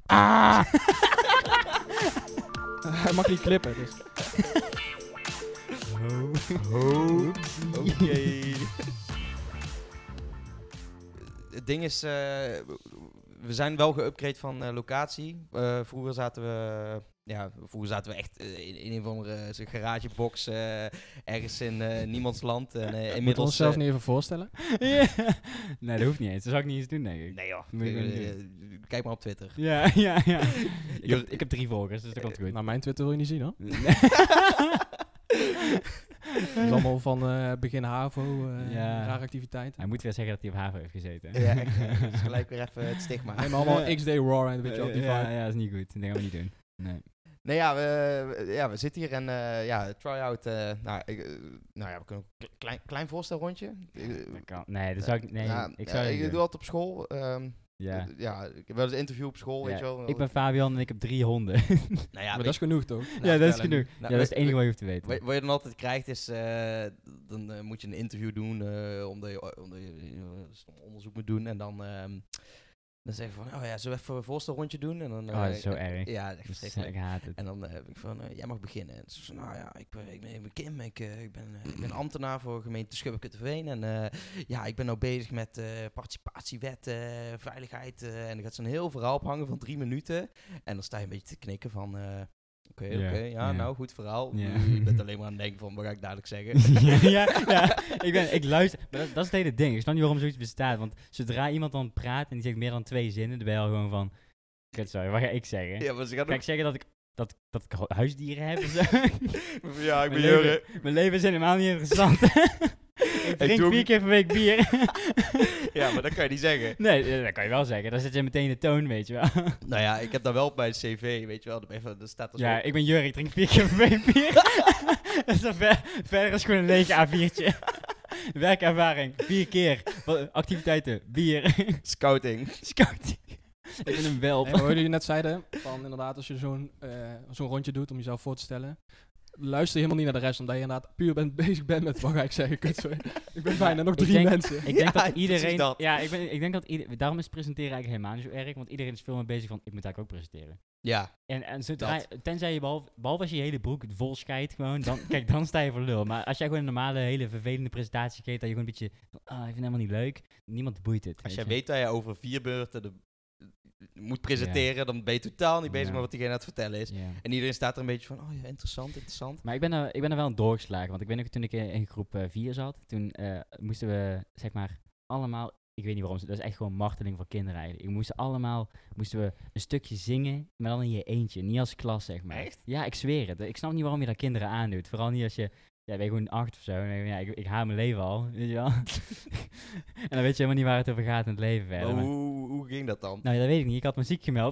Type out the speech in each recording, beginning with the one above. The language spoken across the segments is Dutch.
Hij mag niet klippen, dus. Oké. Het ding is, we zijn wel geüpgrade van locatie. Vroeger zaten we echt in een of andere garagebox ergens in niemands land. En, Moeten we inmiddels onszelf niet even voorstellen? Ja. Nee, dat hoeft niet eens. Dat zou ik niet eens doen, denk ik. Nee joh, Moet je gewoon kijk maar op Twitter. Ja. Ik heb 3 volgers, dus dat komt goed. Nou, mijn Twitter wil je niet zien, hoor. Dat is allemaal van begin HAVO, Ja. rare activiteiten. Hij moet weer zeggen dat hij op HAVO heeft gezeten. Ja, echt, dat is gelijk weer even het stigma. En allemaal XD Raw en weet je wel, die vibe. Ja, dat is niet goed. Dat gaan we niet doen. Nee. Nee, we zitten hier en try-out. We kunnen een klein voorstelrondje. Dat kan. Nee, dat zou ik... Nee, ik zou het niet doe doen. altijd op school. Ja. Ik heb wel eens een interview op school, weet je Ja, wel. ik ben Fabian en ik heb 3 honden. Nou Maar dat is genoeg, toch? Ja, dat is vertel genoeg. hem. Ja, dat is het enige wat je hoeft te weten. Wat je dan altijd krijgt is, dan moet je een interview doen, omdat je onderzoek moet doen. En dan zeg je van, oh ja, zullen we even een voorstelrondje doen? En dan, Dat is zo erg. Ja, echt Dus, verschrikkelijk. ik haat het. En dan heb ik van, jij mag beginnen. En ze van, nou ja, ik ben Kim, ik ben ambtenaar voor gemeente Schubbeke-Veen. En ik ben nou bezig met participatiewet, veiligheid. En er gaat zo'n heel verhaal op hangen van 3 minuten. En dan sta je een beetje te knikken van, Ja. nou, goed verhaal. Ja. Je bent alleen maar aan het denken van, wat ga ik dadelijk zeggen? ja. Ik luister. Maar dat is het hele ding. Ik snap niet waarom zoiets bestaat. Want zodra iemand dan praat en die zegt meer dan 2 zinnen, dan ben je al gewoon van... Sorry, wat ga ik zeggen? Ja, maar ze gaan Ga ik zeggen dat ik huisdieren heb of zo? Ja, ik ben Mijn leven- Jurre. Mijn leven is helemaal niet interessant. Ik drink 4 keer per week bier. Ja, maar dat kan je niet zeggen. Nee, dat kan je wel zeggen. Dan zet je meteen de toon, weet je wel. Nou ja, ik heb dat wel op mijn cv, weet je wel. Er staat er zo... Ja, ik ben Jurre, ik drink 4 keer per week bier. Dat is dan verder is gewoon een lege A4'tje. Werkervaring, 4 keer. Activiteiten, bier. Scouting. Scouting. Ik ben een welp. Nee, maar wat jullie net zeiden, van inderdaad, als je zo'n rondje doet om jezelf voor te stellen, luister je helemaal niet naar de rest, omdat je inderdaad puur bezig bent met, wat ga ik zeggen, kut, sorry. Ik ben bijna nog 3 mensen. Ik denk Ja, dat iedereen... precies dat. Ja, ik denk dat daarom is presenteren eigenlijk helemaal niet zo erg, want iedereen is veel meer bezig van, ik moet eigenlijk ook presenteren. Ja. En zodra, tenzij je behalve als je hele broek vol scheidt gewoon, dan sta je voor lul. Maar als jij gewoon een normale, hele vervelende presentatie geeft, dat je gewoon een beetje, ik vind het helemaal niet leuk, niemand boeit het. Als jij weet dat je over 4 beurten moet presenteren, dan ben je totaal niet bezig Ja. met wat diegene aan het vertellen is. Ja. En iedereen staat er een beetje van, oh ja, interessant. Maar ik ben er wel aan doorgeslagen, want ik weet nog toen ik in groep 4 zat, toen moesten we, zeg maar, allemaal, ik weet niet waarom, dat is echt gewoon marteling voor kinderen eigenlijk. Moesten we een stukje zingen, maar dan in je eentje, niet als klas, zeg maar. Echt? Ja, ik zweer het. Ik snap niet waarom je dat kinderen aandoet. Vooral niet als je, ben je gewoon 8 of zo. En dan denk je, ja, ik haat mijn leven al, weet je wel. En dan weet je helemaal niet waar het over gaat in het leven verder. Maar maar- hoe ging dat dan? Nou ja, dat weet ik niet. Ik had me ziek gemeld.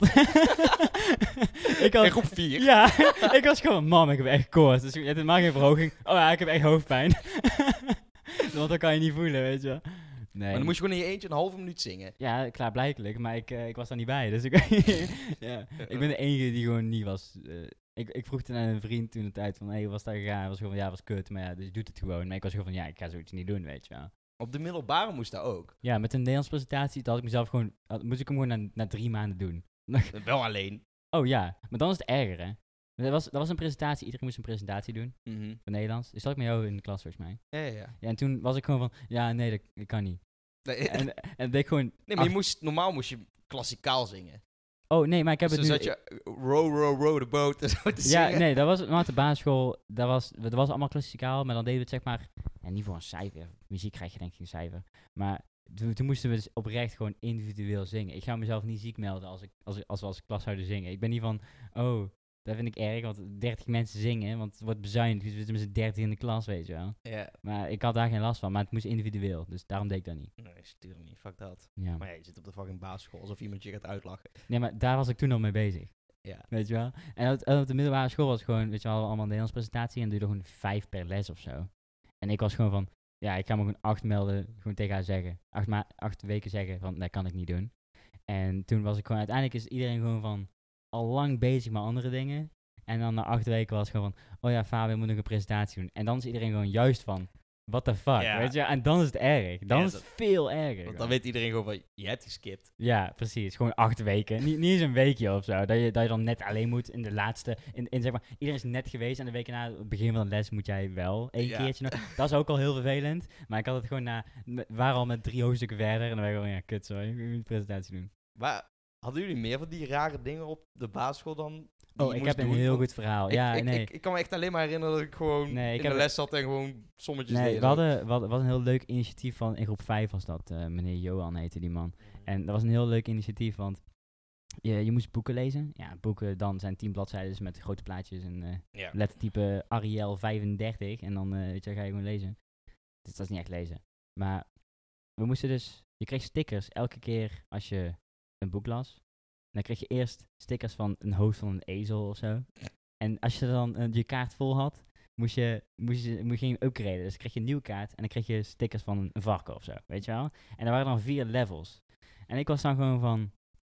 Ik In groep 4? Ja, ik was gewoon, mam, ik heb echt koorts. Dus je hebt helemaal geen verhoging. Oh ja, ik heb echt hoofdpijn. Want dat kan je niet voelen, weet je wel. Nee. Maar dan moest je gewoon in je eentje een halve minuut zingen. Ja, klaarblijkelijk, maar ik was daar niet bij. Dus ik, ja, ik ben de enige die gewoon niet was. Ik vroeg toen aan een vriend toen de tijd van, hey, was daar gegaan? Hij was gewoon van, ja, was kut, maar ja, dus je doet het gewoon. Maar ik was gewoon van, ja, ik ga zoiets niet doen, weet je wel. Op de middelbare moest dat ook. Ja, met een Nederlands presentatie, dat had ik mezelf gewoon, moest ik hem gewoon na 3 maanden doen. Wel alleen. Oh ja, maar dan is het erger, hè. Dat was een presentatie, iedereen moest een presentatie doen, voor Nederlands. Ik zat ik met jou in de klas, volgens mij. Ja. Ja, en toen was ik gewoon van, ja, nee, dat kan niet. Nee, En dat deed ik gewoon... nee, maar normaal moest je klassikaal zingen. Oh, nee, maar ik heb Dus het dan nu... zat je row the boat en zo te zingen. Ja, nee, dat was maar op de basisschool, dat was allemaal klassikaal, maar dan deden we het zeg maar, en niet voor een cijfer. Muziek krijg je denk ik een cijfer. Maar toen moesten we dus oprecht gewoon individueel zingen. Ik ga mezelf niet ziek melden als we als klas zouden zingen. Ik ben niet van, oh, dat vind ik erg, want 30 mensen zingen, want het wordt bezuinigd, dus we zitten met z'n 30 in de klas, weet je wel. Ja. Maar ik had daar geen last van, maar het moest individueel, dus daarom deed ik dat niet. Nee, natuurlijk niet. Fuck dat. Ja. Maar ja, je zit op de fucking basisschool alsof iemand je gaat uitlachen. Nee, maar daar was ik toen al mee bezig. Ja. Weet je wel? En op de middelbare school was het gewoon, weet je wel, allemaal Nederlands presentatie en duurde gewoon 5 per les of zo. En ik was gewoon van, ja, ik ga me gewoon 8 melden, gewoon tegen haar zeggen. 8 weken zeggen van, dat kan ik niet doen. En toen was ik gewoon, uiteindelijk is iedereen gewoon van, al lang bezig met andere dingen. En dan na 8 weken was het gewoon van, oh ja, Fabian moet nog een presentatie doen. En dan is iedereen gewoon juist van, what the fuck, Ja. weet je? En dan is het erg. Dan Ja, is het dat- veel erger. Want dan gewoon. weet iedereen gewoon van, je hebt geskipt. Ja, precies. Gewoon 8 weken. Niet eens een weekje of zo. Dat je dan net alleen moet in de laatste... In zeg maar, iedereen is net geweest en de weken na het begin van de les moet jij wel één Ja. keertje nog. Dat is ook al heel vervelend. Maar ik had het gewoon we waren al met 3 hoofdstukken verder en dan ben ik gewoon, ja, kut, sorry. Ik moet een presentatie doen. Maar hadden jullie meer van die rare dingen op de basisschool dan? die Oh, je ik moest heb een doen? heel Want goed verhaal. Ik, Ja, ik, nee. ik kan me echt alleen maar herinneren dat ik gewoon Nee, ik in de heb- les zat en gewoon sommetjes Nee, deed. we hadden een heel leuk initiatief van, in groep 5 was dat, meneer Johan heette die man. En dat was een heel leuk initiatief, want je moest boeken lezen. Ja, boeken dan zijn 10 bladzijden met grote plaatjes en Ja. lettertype Arial 35. En dan weet je, ga je gewoon lezen. Dus dat is niet echt lezen. Maar we moesten dus, je kreeg stickers elke keer als je een boek las. En dan kreeg je eerst stickers van een hoofd van een ezel of zo. En als je dan je kaart vol had, moest je ging upgraden. Dus dan kreeg je een nieuwe kaart en dan kreeg je stickers van een varken of zo, weet je wel. En er waren dan 4 levels. En ik was dan gewoon van,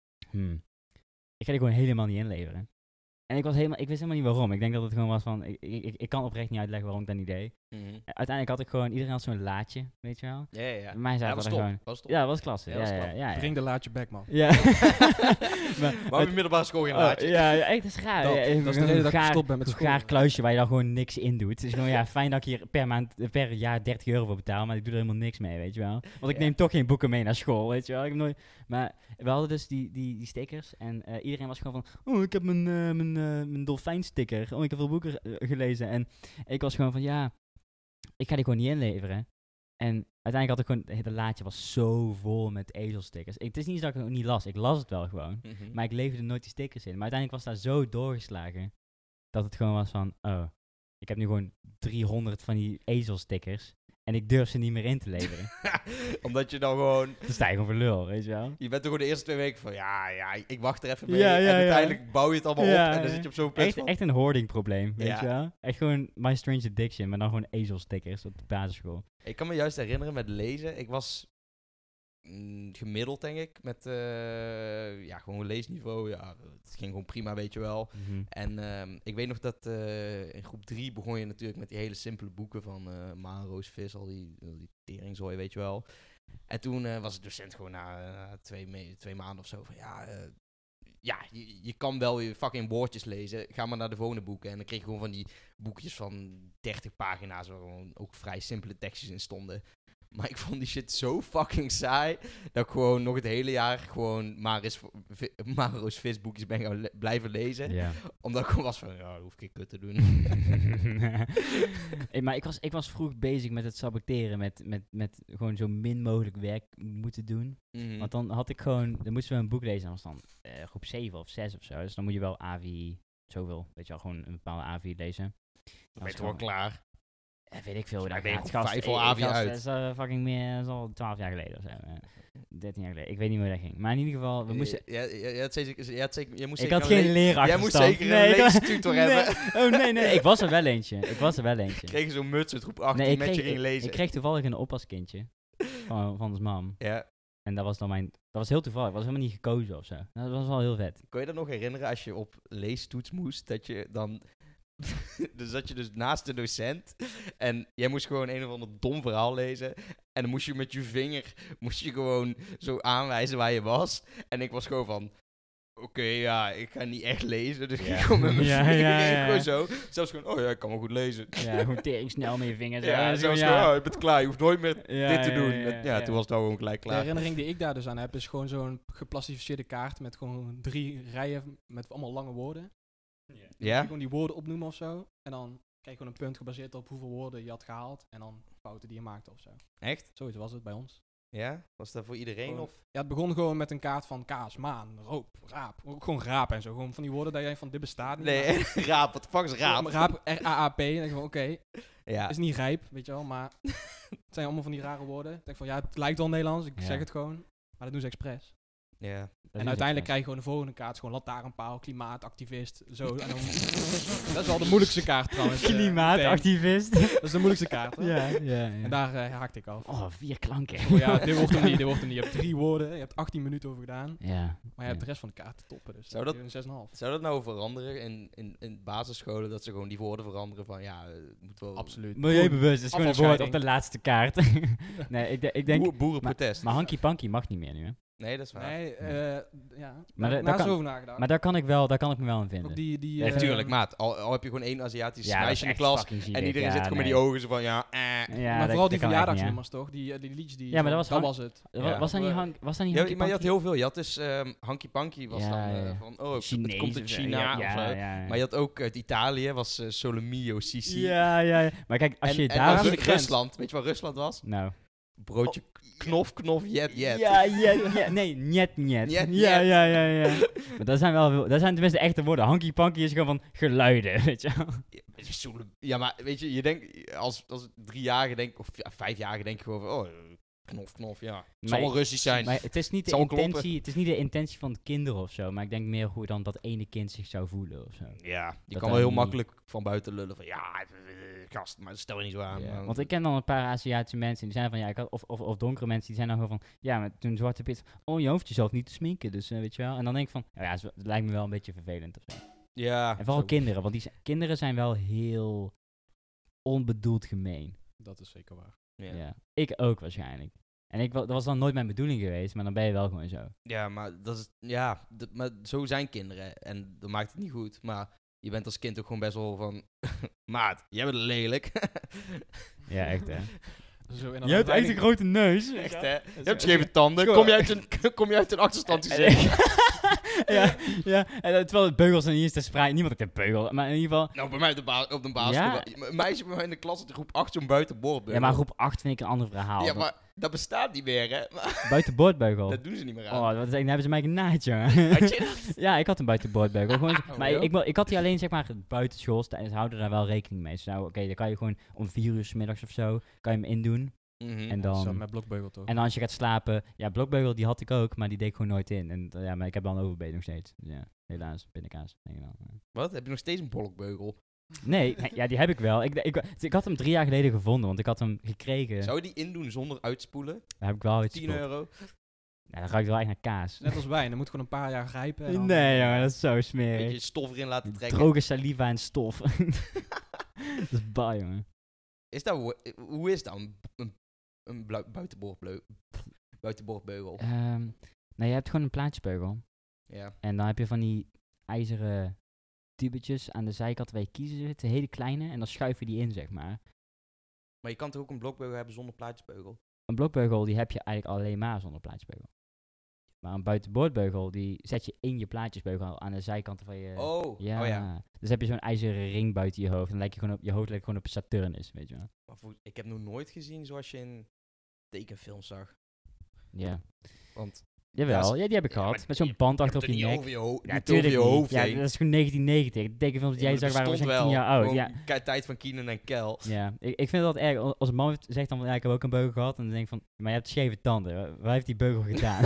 ik ga die gewoon helemaal niet inleveren. En ik wist helemaal niet waarom. Ik denk dat het gewoon was van, ik kan oprecht niet uitleggen waarom ik dat niet deed. Mhm. Uiteindelijk had ik gewoon, iedereen had zo'n laadje, weet je wel. Ja, ja, ja. Bij mij Ja, zaten dat er was gewoon... top. Dat was top. Ja, dat was klasse. Ja, Ja, dat was ja, klap. ja, ja. Breng de laadje back, man. Ja. Maar op de middelbare school geen laadje. Ja, echt, dat is raar. Dat Ja, is de reden dat ik gestopt ben met een school. gaar kluisje waar je dan gewoon niks in doet. Het is gewoon, ja, fijn dat ik hier per jaar 30 euro voor betaal, maar ik doe er helemaal niks mee, weet je wel. Want ik Ja. neem toch geen boeken mee naar school, weet je wel. Ik heb nooit... Maar we hadden dus die stickers en iedereen was gewoon van, oh, ik heb mijn dolfijnsticker. Oh, ik heb veel boeken gelezen. En ik was gewoon van, ja, ik ga die gewoon niet inleveren. En uiteindelijk had ik gewoon, de laadje was zo vol met ezelstickers. Het is niet zo dat ik het niet las, ik las het wel gewoon. Mhm. Maar ik leverde nooit die stickers in. Maar uiteindelijk was daar zo doorgeslagen, dat het gewoon was van, oh, ik heb nu gewoon 300 van die ezelstickers. En ik durf ze niet meer in te leveren. Omdat je dan gewoon... Dan sta je gewoon voor lul, weet je wel. Je bent er gewoon de eerste 2 weken van, ja, ik wacht er even mee. Ja, ja, en ja. uiteindelijk bouw je het allemaal Ja, op en dan ja. zit je op zo'n punt Echt, van... echt een hoarding probleem, weet Ja. je wel. Echt gewoon My Strange Addiction, maar dan gewoon ezelstickers op de basisschool. Ik kan me juist herinneren met lezen. Ik was gemiddeld, denk ik, met gewoon leesniveau. Ja, het ging gewoon prima, weet je wel. En ik weet nog dat in groep 3 begon je natuurlijk met die hele simpele boeken van Maan, Roos, Vis, al die teringzooi, weet je wel. En toen was de docent gewoon na 2 maanden of zo van je kan wel je fucking woordjes lezen. Ga maar naar de volgende boeken. En dan kreeg je gewoon van die boekjes van 30 pagina's waar gewoon ook vrij simpele tekstjes in stonden. Maar ik vond die shit zo fucking saai, dat ik gewoon nog het hele jaar gewoon Maro's visboekjes ben gaan blijven lezen. Ja. Omdat ik gewoon was van, ja, dat hoef ik kut te doen. Hey, maar ik was vroeg bezig met het saboteren, met gewoon zo min mogelijk werk moeten doen. Mhm. Want dan had ik gewoon, dan moesten we een boek lezen, dat was dan groep 7 of 6 of zo. Dus dan moet je wel AVI, zoveel, weet je wel, gewoon een bepaalde AVI lezen. Dan ben je toch wel klaar. Weet ik veel hoe dat ben je gaat. groep 5 al AVI uit. Dat is fucking meer, dat is al 12 jaar geleden of zo. 13 jaar geleden, ik weet niet hoe dat ging. Maar in ieder geval, we moesten... Je moest Ik zeker had een geen le- leraar. Jij moest zeker een leestutor hebben. Oh nee, ik was er wel eentje. Kreeg je zo'n muts met groep 18 Nee, met je ging lezen. ik kreeg toevallig een oppaskindje van ons mam. Ja. En dat was dan dat was heel toevallig. Ik was helemaal niet gekozen of zo. Dat was wel heel vet. Kon je dat nog herinneren als je op leestoets moest, dat je dan... dus zat je dus naast de docent en jij moest gewoon een of ander dom verhaal lezen en dan moest je met je vinger, gewoon zo aanwijzen waar je was. En ik was gewoon van, oké, ja, ik ga niet echt lezen, dus ik ging gewoon met mijn vinger gewoon zo. Zelfs gewoon, oh ja, ik kan wel goed lezen. Ja, gewoon tering snel met je vingers. Ja, zelfs gewoon, oh, je bent klaar, je hoeft nooit meer dit te doen. Toen was het al gewoon gelijk De klaar. herinnering die ik daar dus aan heb, is gewoon zo'n geplastificeerde kaart met gewoon 3 rijen met allemaal lange woorden. Je Ja? gewoon die woorden opnoemen of zo. En dan krijg je gewoon een punt gebaseerd op hoeveel woorden je had gehaald. En dan fouten die je maakte of zo. Echt? Zoiets was het bij ons. Ja? Was dat voor iedereen Gewoon- of? Ja, het begon gewoon met een kaart van kaas, maan, roop, raap. Ook gewoon raap en zo. Gewoon van die woorden dat jij van dit bestaat niet. Nee, raap, wat de fuck is maar- raap? Raap, R-A-A-P. En dan denk je van oké, Ja. is niet rijp, weet je wel. Maar het zijn allemaal van die rare woorden. Ik denk van ja, het lijkt wel Nederlands. Ik Ja. zeg het gewoon. Maar dat doen ze expres. Ja. En uiteindelijk krijg je gewoon de volgende kaart. Gewoon lantaarnpaal, klimaatactivist. Zo. En dan, dat is wel de moeilijkste kaart trouwens. Klimaatactivist. Dat is de moeilijkste kaart. Hè? ja. En daar haakte ik af. Oh, 4 klanken. Oh ja, dit wordt hem niet. Je hebt 3 woorden. Je hebt 18 minuten over gedaan. Ja. Maar je hebt de rest van de kaart te toppen. Dus Zou dat dat- is een 6,5. Zou dat nou veranderen in basisscholen, dat ze gewoon die woorden veranderen van, ja, het moet wel... Absoluut. Milieubewust is gewoon een woord op Afvalscheiding. de laatste kaart. Nee, ik denk... Boerenprotest. Maar Hanky Panky mag niet meer nu, hè? Nee, dat is waar. Nee, ja. Maar Maar daar daar is kan- over nagedacht. Maar daar kan ik me wel in vinden. Ook die Ja, Nee, tuurlijk, maat. Al heb je gewoon 1 Aziatisch Ja, dat meisje is in de echt klas fucking zielig. en iedereen Ja, zit gewoon nee. met die ogen zo van, ja, Ja, maar vooral die dat kan echt niet, hè. verjaardagsnummers toch? Die liedjes die... Ja, maar dat was het. Ja. Was dat niet Ja, Hanky Ja, Panky? maar je had heel veel. Je had dus Hanky Panky was Ja, dan ja. van, oh, Chinees het komt uit of zo. China of zo. ja. Maar je had ook uit Italië, was Solomio Sisi. Ja. Maar kijk, als je en daar... is de grens. Rusland, weet je wat Rusland was? Nou. Broodje knof, jet. Ja. Nee, njet. Njet, Ja. njet. Maar dat zijn tenminste echte woorden. Hanky Panky is gewoon van geluiden, weet je wel. Ja, maar weet je denkt, als 3-jarige denk, of 5-jarige denk je gewoon van, oh, knof, ja. Het zal wel Russisch zijn. Maar het is niet de Zal kloppen. intentie, het is niet de intentie van het kinderen of zo. Maar ik denk meer hoe dan dat ene kind zich zou voelen of zo. Ja, je Dat kan wel heel niet- makkelijk van buiten lullen van, ja, gast, maar stel je niet zo aan. Ja, Maar- want ik ken dan een paar Aziatische mensen die zijn van ja, of donkere mensen die zijn dan gewoon van ja, maar toen Zwarte Piet, oh je hoeft jezelf niet te sminken, dus weet je wel. En dan denk ik van ja, het lijkt me wel een beetje vervelend of zo. ja, En vooral zo. kinderen, want kinderen zijn wel heel onbedoeld gemeen. Dat is zeker waar. Ja. Ja. Ik ook waarschijnlijk. En dat was dan nooit mijn bedoeling geweest, maar dan ben je wel gewoon zo. Ja, maar dat is, maar zo zijn kinderen en dat maakt het niet goed. Maar je bent als kind ook gewoon best wel van, maat, jij bent lelijk. Ja, echt hè. Zo inderdaad, grote neus. Echt hè? Je hebt scheve tanden, kom je uit een achterstandsgezin? ja. En terwijl het beugels en hier is te spreken. Niemand heeft een beugel, maar in ieder geval... Nou, bij mij op de basisschool. Ja? Een meisje bij mij in de klas had in groep 8 zo'n buitenbordbeugel. Ja, maar groep 8 vind ik een ander verhaal. Ja, maar dat bestaat niet meer, hè? Maar Buitenboordbeugel. dat doen ze niet meer aan. Oh, dat is, dan hebben ze mij genaaid, jongen. Had je dat? Ja, ik had een buitenboordbeugel. Gewoon, maar joh. ik had die alleen, zeg maar, buitenschools. Ze houden daar wel rekening mee. Dus nou, oké, dan kan je gewoon om 4 uur 's middags of zo, kan je hem indoen. Mhm. En Zo dan... met blokbeugel toch? En dan als je gaat slapen, ja, blokbeugel die had ik ook, maar die deed ik gewoon nooit in. En ja, maar ik heb wel een overbeet nog steeds. Dus ja, helaas, pindakaas. Denk ik dan. Ja. Wat? Heb je nog steeds een bolkbeugel? Nee, ja, die heb ik wel. Ik had hem 3 jaar geleden gevonden, want ik had hem gekregen. Zou je die indoen zonder uitspoelen? Daar heb ik wel iets 10 euro? Ja, dan ruikt het wel echt naar kaas. Net als wijn, dan moet gewoon een paar jaar grijpen. En dan, Nee, jongen, dat is zo Beetje smerig. stof erin laten trekken. Droge saliva en stof. Dat is baai, jongen. Is dat, hoe is dat een buitenbordbeugel? Nou, je hebt gewoon een plaatjesbeugel. Ja. En dan heb je van die ijzeren tubetjes aan de zijkant waar je kiezen zit, de hele kleine. En dan schuif je die in, zeg maar. Maar je kan toch ook een blokbeugel hebben zonder plaatjesbeugel? Een blokbeugel, die heb je eigenlijk alleen maar zonder plaatjesbeugel. Maar een buitenboordbeugel, die zet je in je plaatjesbeugel aan de zijkanten van je... Ja. Ja. Dus heb je zo'n ijzeren ring buiten je hoofd. En dan lijkt je hoofd lijkt gewoon op Saturnus, weet je wel. Maar ik heb nog nooit gezien zoals je in tekenfilms zag. Ja. Want Jawel, ja, die heb ik ja, gehad. maar Met zo'n band je achter hebt op je er nek. niet over je, ho Ja, niet tuurlijk over je niet. hoofd Ja, heen. dat is gewoon 1990. De tekenfilms die jij Ja, zag maar waren dat waarschijnlijk 10 jaar oud. Gewoon Ja, tijd van Keenan en Kel. ja. Ik vind dat erg. Als een man zegt dan van, ja, ik heb ook een beugel gehad. En dan denk ik van, maar je hebt scheve tanden. Waar heeft die beugel gedaan?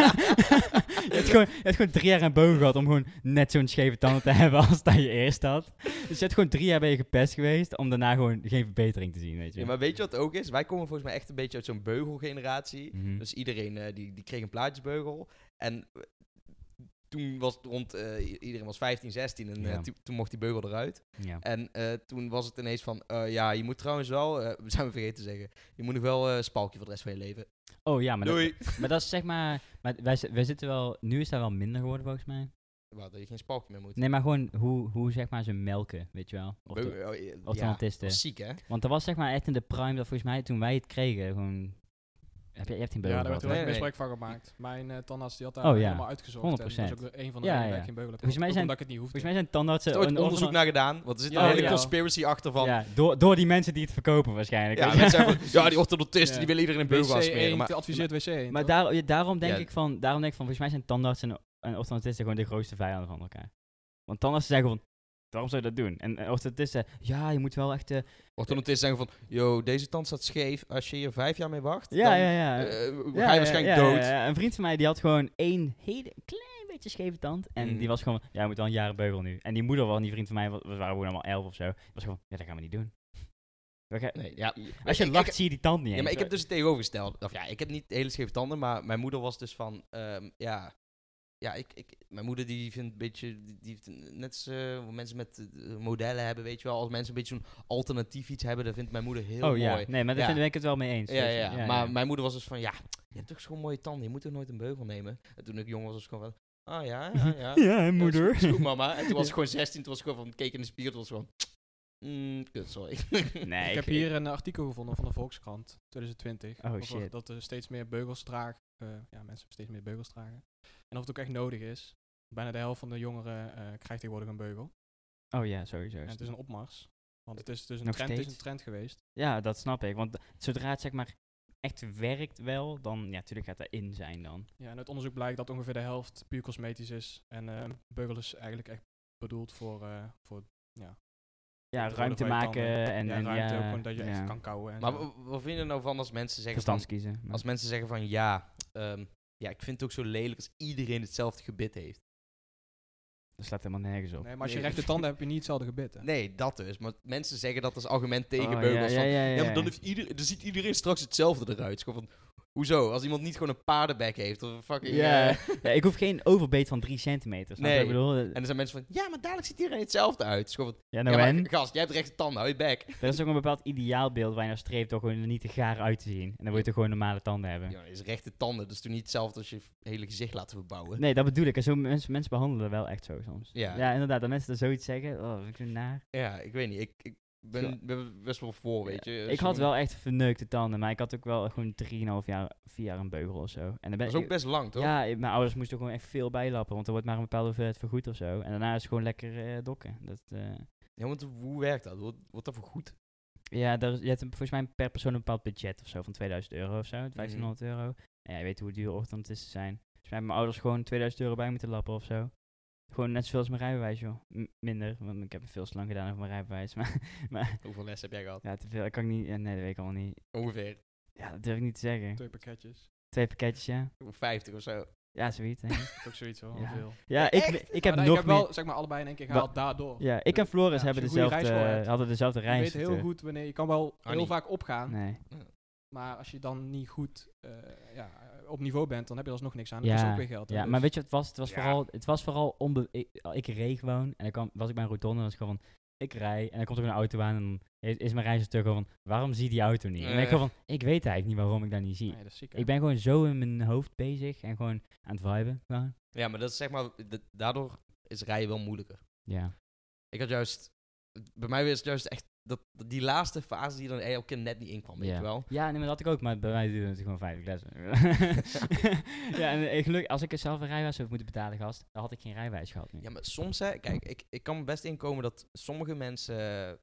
je hebt gewoon 3 jaar een beugel gehad om gewoon net zo'n scheve tanden te hebben als dat je eerst had. Dus je hebt gewoon 3 jaar ben je gepest geweest om daarna gewoon geen verbetering te zien, weet je. Ja, maar weet je wat het ook is? Wij komen volgens mij echt een beetje uit zo'n beugelgeneratie. Mhm. Dus iedereen die kreeg een plaatjesbeugel. En toen was het rond, iedereen was 15, 16 en Ja. toen mocht die beugel eruit. Ja. En toen was het ineens van, ja, je moet trouwens wel, we zijn we vergeten te zeggen, je moet nog wel spalkje voor de rest van je leven. Oh ja, maar Doei! maar dat is zeg maar wij zitten wel, nu is dat wel minder geworden volgens mij. Wat, dat je geen spalkje meer moet. Nee, maar gewoon hoe zeg maar ze melken, weet je wel. Of de orthodontisten. dat was ziek, hè? Want dat was zeg maar echt in de prime dat volgens mij toen wij het kregen gewoon... je hebt geen beugel Ja, daar werd gehad, heel hè? erg Nee, misbruik van gemaakt. Mijn tandarts die had daar Oh, ja. helemaal uitgezocht. En dat is 100%. ook een van de Ja, redenen ja. dat ik geen beugel heb Volgens mij gehad. Ook zijn- omdat ik het niet hoefde. Volgens mij zijn tandartsen... Er is ooit een onderzoek naar gedaan, want er zit Ja, een hele ja. conspiracy achter van... Ja, door die mensen die het verkopen waarschijnlijk. Ja, weet je. mensen zeggen van, ja, die orthodontisten Ja. die willen iedereen een beugel WC1 aansmeren. Maar adviseert wc1. Maar toch? daarom denk Ja. ik van, volgens mij zijn tandartsen en orthodontisten gewoon de grootste vijanden van elkaar. Want tandartsen zeggen gewoon, Waarom zou je dat doen? En of het is, ja, je moet wel echt... Of toen het is zeggen van, yo, deze tand staat scheef. Als je hier 5 jaar mee wacht, Ja, dan ja. ga je waarschijnlijk dood. Ja. Een vriend van mij die had gewoon één hele klein beetje scheve tand. En die was gewoon, ja, je moet wel een jaar beugel nu. En die moeder van die vriend van mij, we waren gewoon allemaal 11 of zo. Die was gewoon, ja, dat gaan we niet doen. Nee, ja. Als je lacht, zie je die tand niet eens. Ja, maar ik heb dus het tegenovergesteld. Of ja, ik heb niet hele scheve tanden, maar mijn moeder was dus van, mijn moeder die vindt een beetje, die heeft net als mensen met modellen hebben, weet je wel, als mensen een beetje zo'n alternatief iets hebben, dat vindt mijn moeder heel mooi. Ja, nee, maar daar ben ik het wel mee eens. Ja, maar mijn moeder was dus van, ja, je hebt toch gewoon mooie tanden, je moet toch nooit een beugel nemen? En toen ik jong was, was het gewoon van, oh ja. Ja, moeder. Is goed, mama. En toen was ik gewoon 16, toen was ik gewoon van, keek in de spiegel, toen was ik gewoon, kut, sorry. Nee, ik heb hier een artikel gevonden van de Volkskrant 2020. Oh, over shit. dat er steeds meer beugels dragen. Mensen steeds meer beugels dragen. En of het ook echt nodig is. Bijna de helft van de jongeren krijgt tegenwoordig een beugel. Oh ja, sowieso. En het is een opmars. Want het is dus Nog het is steeds? een trend geweest. Ja, dat snap ik. Want zodra het zeg maar echt werkt wel, dan ja, natuurlijk gaat dat in zijn dan. Ja, en uit onderzoek blijkt dat ongeveer de helft puur cosmetisch is. En een beugel is eigenlijk echt bedoeld voor Ja, de ruimte rode van je maken tanden. en ruimte ja, ook gewoon dat je echt ja. kan kauwen. En Maar zo. wat vind je er nou van als mensen zeggen van, Verstands kiezen. Maar- als mensen zeggen van, ja, ik vind het ook zo lelijk als iedereen hetzelfde gebit heeft. Dat slaat helemaal nergens op. Nee, maar als je Nee. rechte tanden hebt, heb je niet hetzelfde gebit. Hè? Nee, dat dus. Maar mensen zeggen dat als argument tegen Oh, beugels. van, ja. maar dan ziet iedereen straks hetzelfde eruit. Het is gewoon van, hoezo? Als iemand niet gewoon een paardenbek heeft of een fucking... Ja, ik hoef geen overbeet van 3 centimeter. Snap je wat ik bedoel? En dan zijn mensen van, ja, maar dadelijk ziet iedereen hetzelfde uit. Het is gewoon van, Ja, nou ja, en? maar gast, jij hebt rechte tanden, hou je bek. Er is ook een bepaald ideaalbeeld waar je naar streeft door gewoon er niet te gaar uit te zien. En dan wil je toch gewoon normale tanden hebben. Ja, is rechte tanden, dat is toch niet hetzelfde als je hele gezicht laten verbouwen. Nee, dat bedoel ik. En zo mensen behandelen wel echt zo soms. Ja. Ja, inderdaad. Dat mensen er zoiets zeggen, oh, vind ik het naar. Ja, ik weet niet. Ik ben best wel voor, weet je. Ik had wel echt verneukte tanden, maar ik had ook wel gewoon 3,5 jaar, 4 jaar een beugel of zo. En dan ben Dat is ook best lang, toch? Ja, mijn ouders moesten gewoon echt veel bijlappen, want er wordt maar een bepaalde hoeveelheid vergoed of zo. En daarna is het gewoon lekker dokken. Ja, want hoe werkt dat? Wordt dat voor goed? Ja, je hebt volgens mij per persoon een bepaald budget of zo van €2000 of zo, €1500. En ja, je weet hoe duur ochtend het is te zijn. Dus mij hebben mijn ouders gewoon €2000 bij moeten lappen of zo. Gewoon net zoveel als mijn rijbewijs, joh. Minder, want ik heb veel te lang gedaan over mijn rijbewijs. Maar Hoeveel les heb jij gehad? ja, te veel. Ik kan niet. Nee, dat weet ik allemaal niet. Ongeveer. Ja, dat durf ik niet te zeggen. 2 pakketjes. 2 pakketjes, ja. 50 of zo. Ja, zoiets. Denk ik. Dat is ook zoiets hoor, Ja. veel. Ja, Echt? ik heb Maar nog ik heb meer. wel zeg maar allebei in één keer gehaald daardoor. Ja, ik en Floris Ja, hebben als je een goede rijschool hebt, hadden dezelfde Je reis. weet heel goed wanneer je kan wel heel niet. vaak opgaan. Nee. Maar als je dan niet goed op niveau bent, dan heb je alsnog niks aan. Dat is Ja, ook weer geld. hè, ja, dus- maar weet je wat het was? Ja. Het was vooral ik reed gewoon en dan was ik bij een rotonde en was gewoon van, ik rij en dan komt er een auto aan en dan is mijn reisinstructeur gewoon van, waarom zie je die auto niet? En dan ben ik gewoon van, ik weet eigenlijk niet waarom ik dat niet zie. Nee, dat is ziek, hè. Ik ben gewoon zo in mijn hoofd bezig en gewoon aan het viben. gewoon. Ja, maar dat is zeg maar, daardoor is rijden wel moeilijker. Ja. Ik had juist, bij mij was het juist echt die laatste fase die er dan elke keer net niet in kwam, weet je wel. Ja, nee, maar dat had ik ook, maar bij mij duurde het gewoon 50 lessen. Ja, en gelukkig, als ik zelf een rijbewijs zou moeten betalen, gast, dan had ik geen rijbewijs gehad nu. Ja, maar soms, hè, kijk, ik kan me best inkomen dat sommige mensen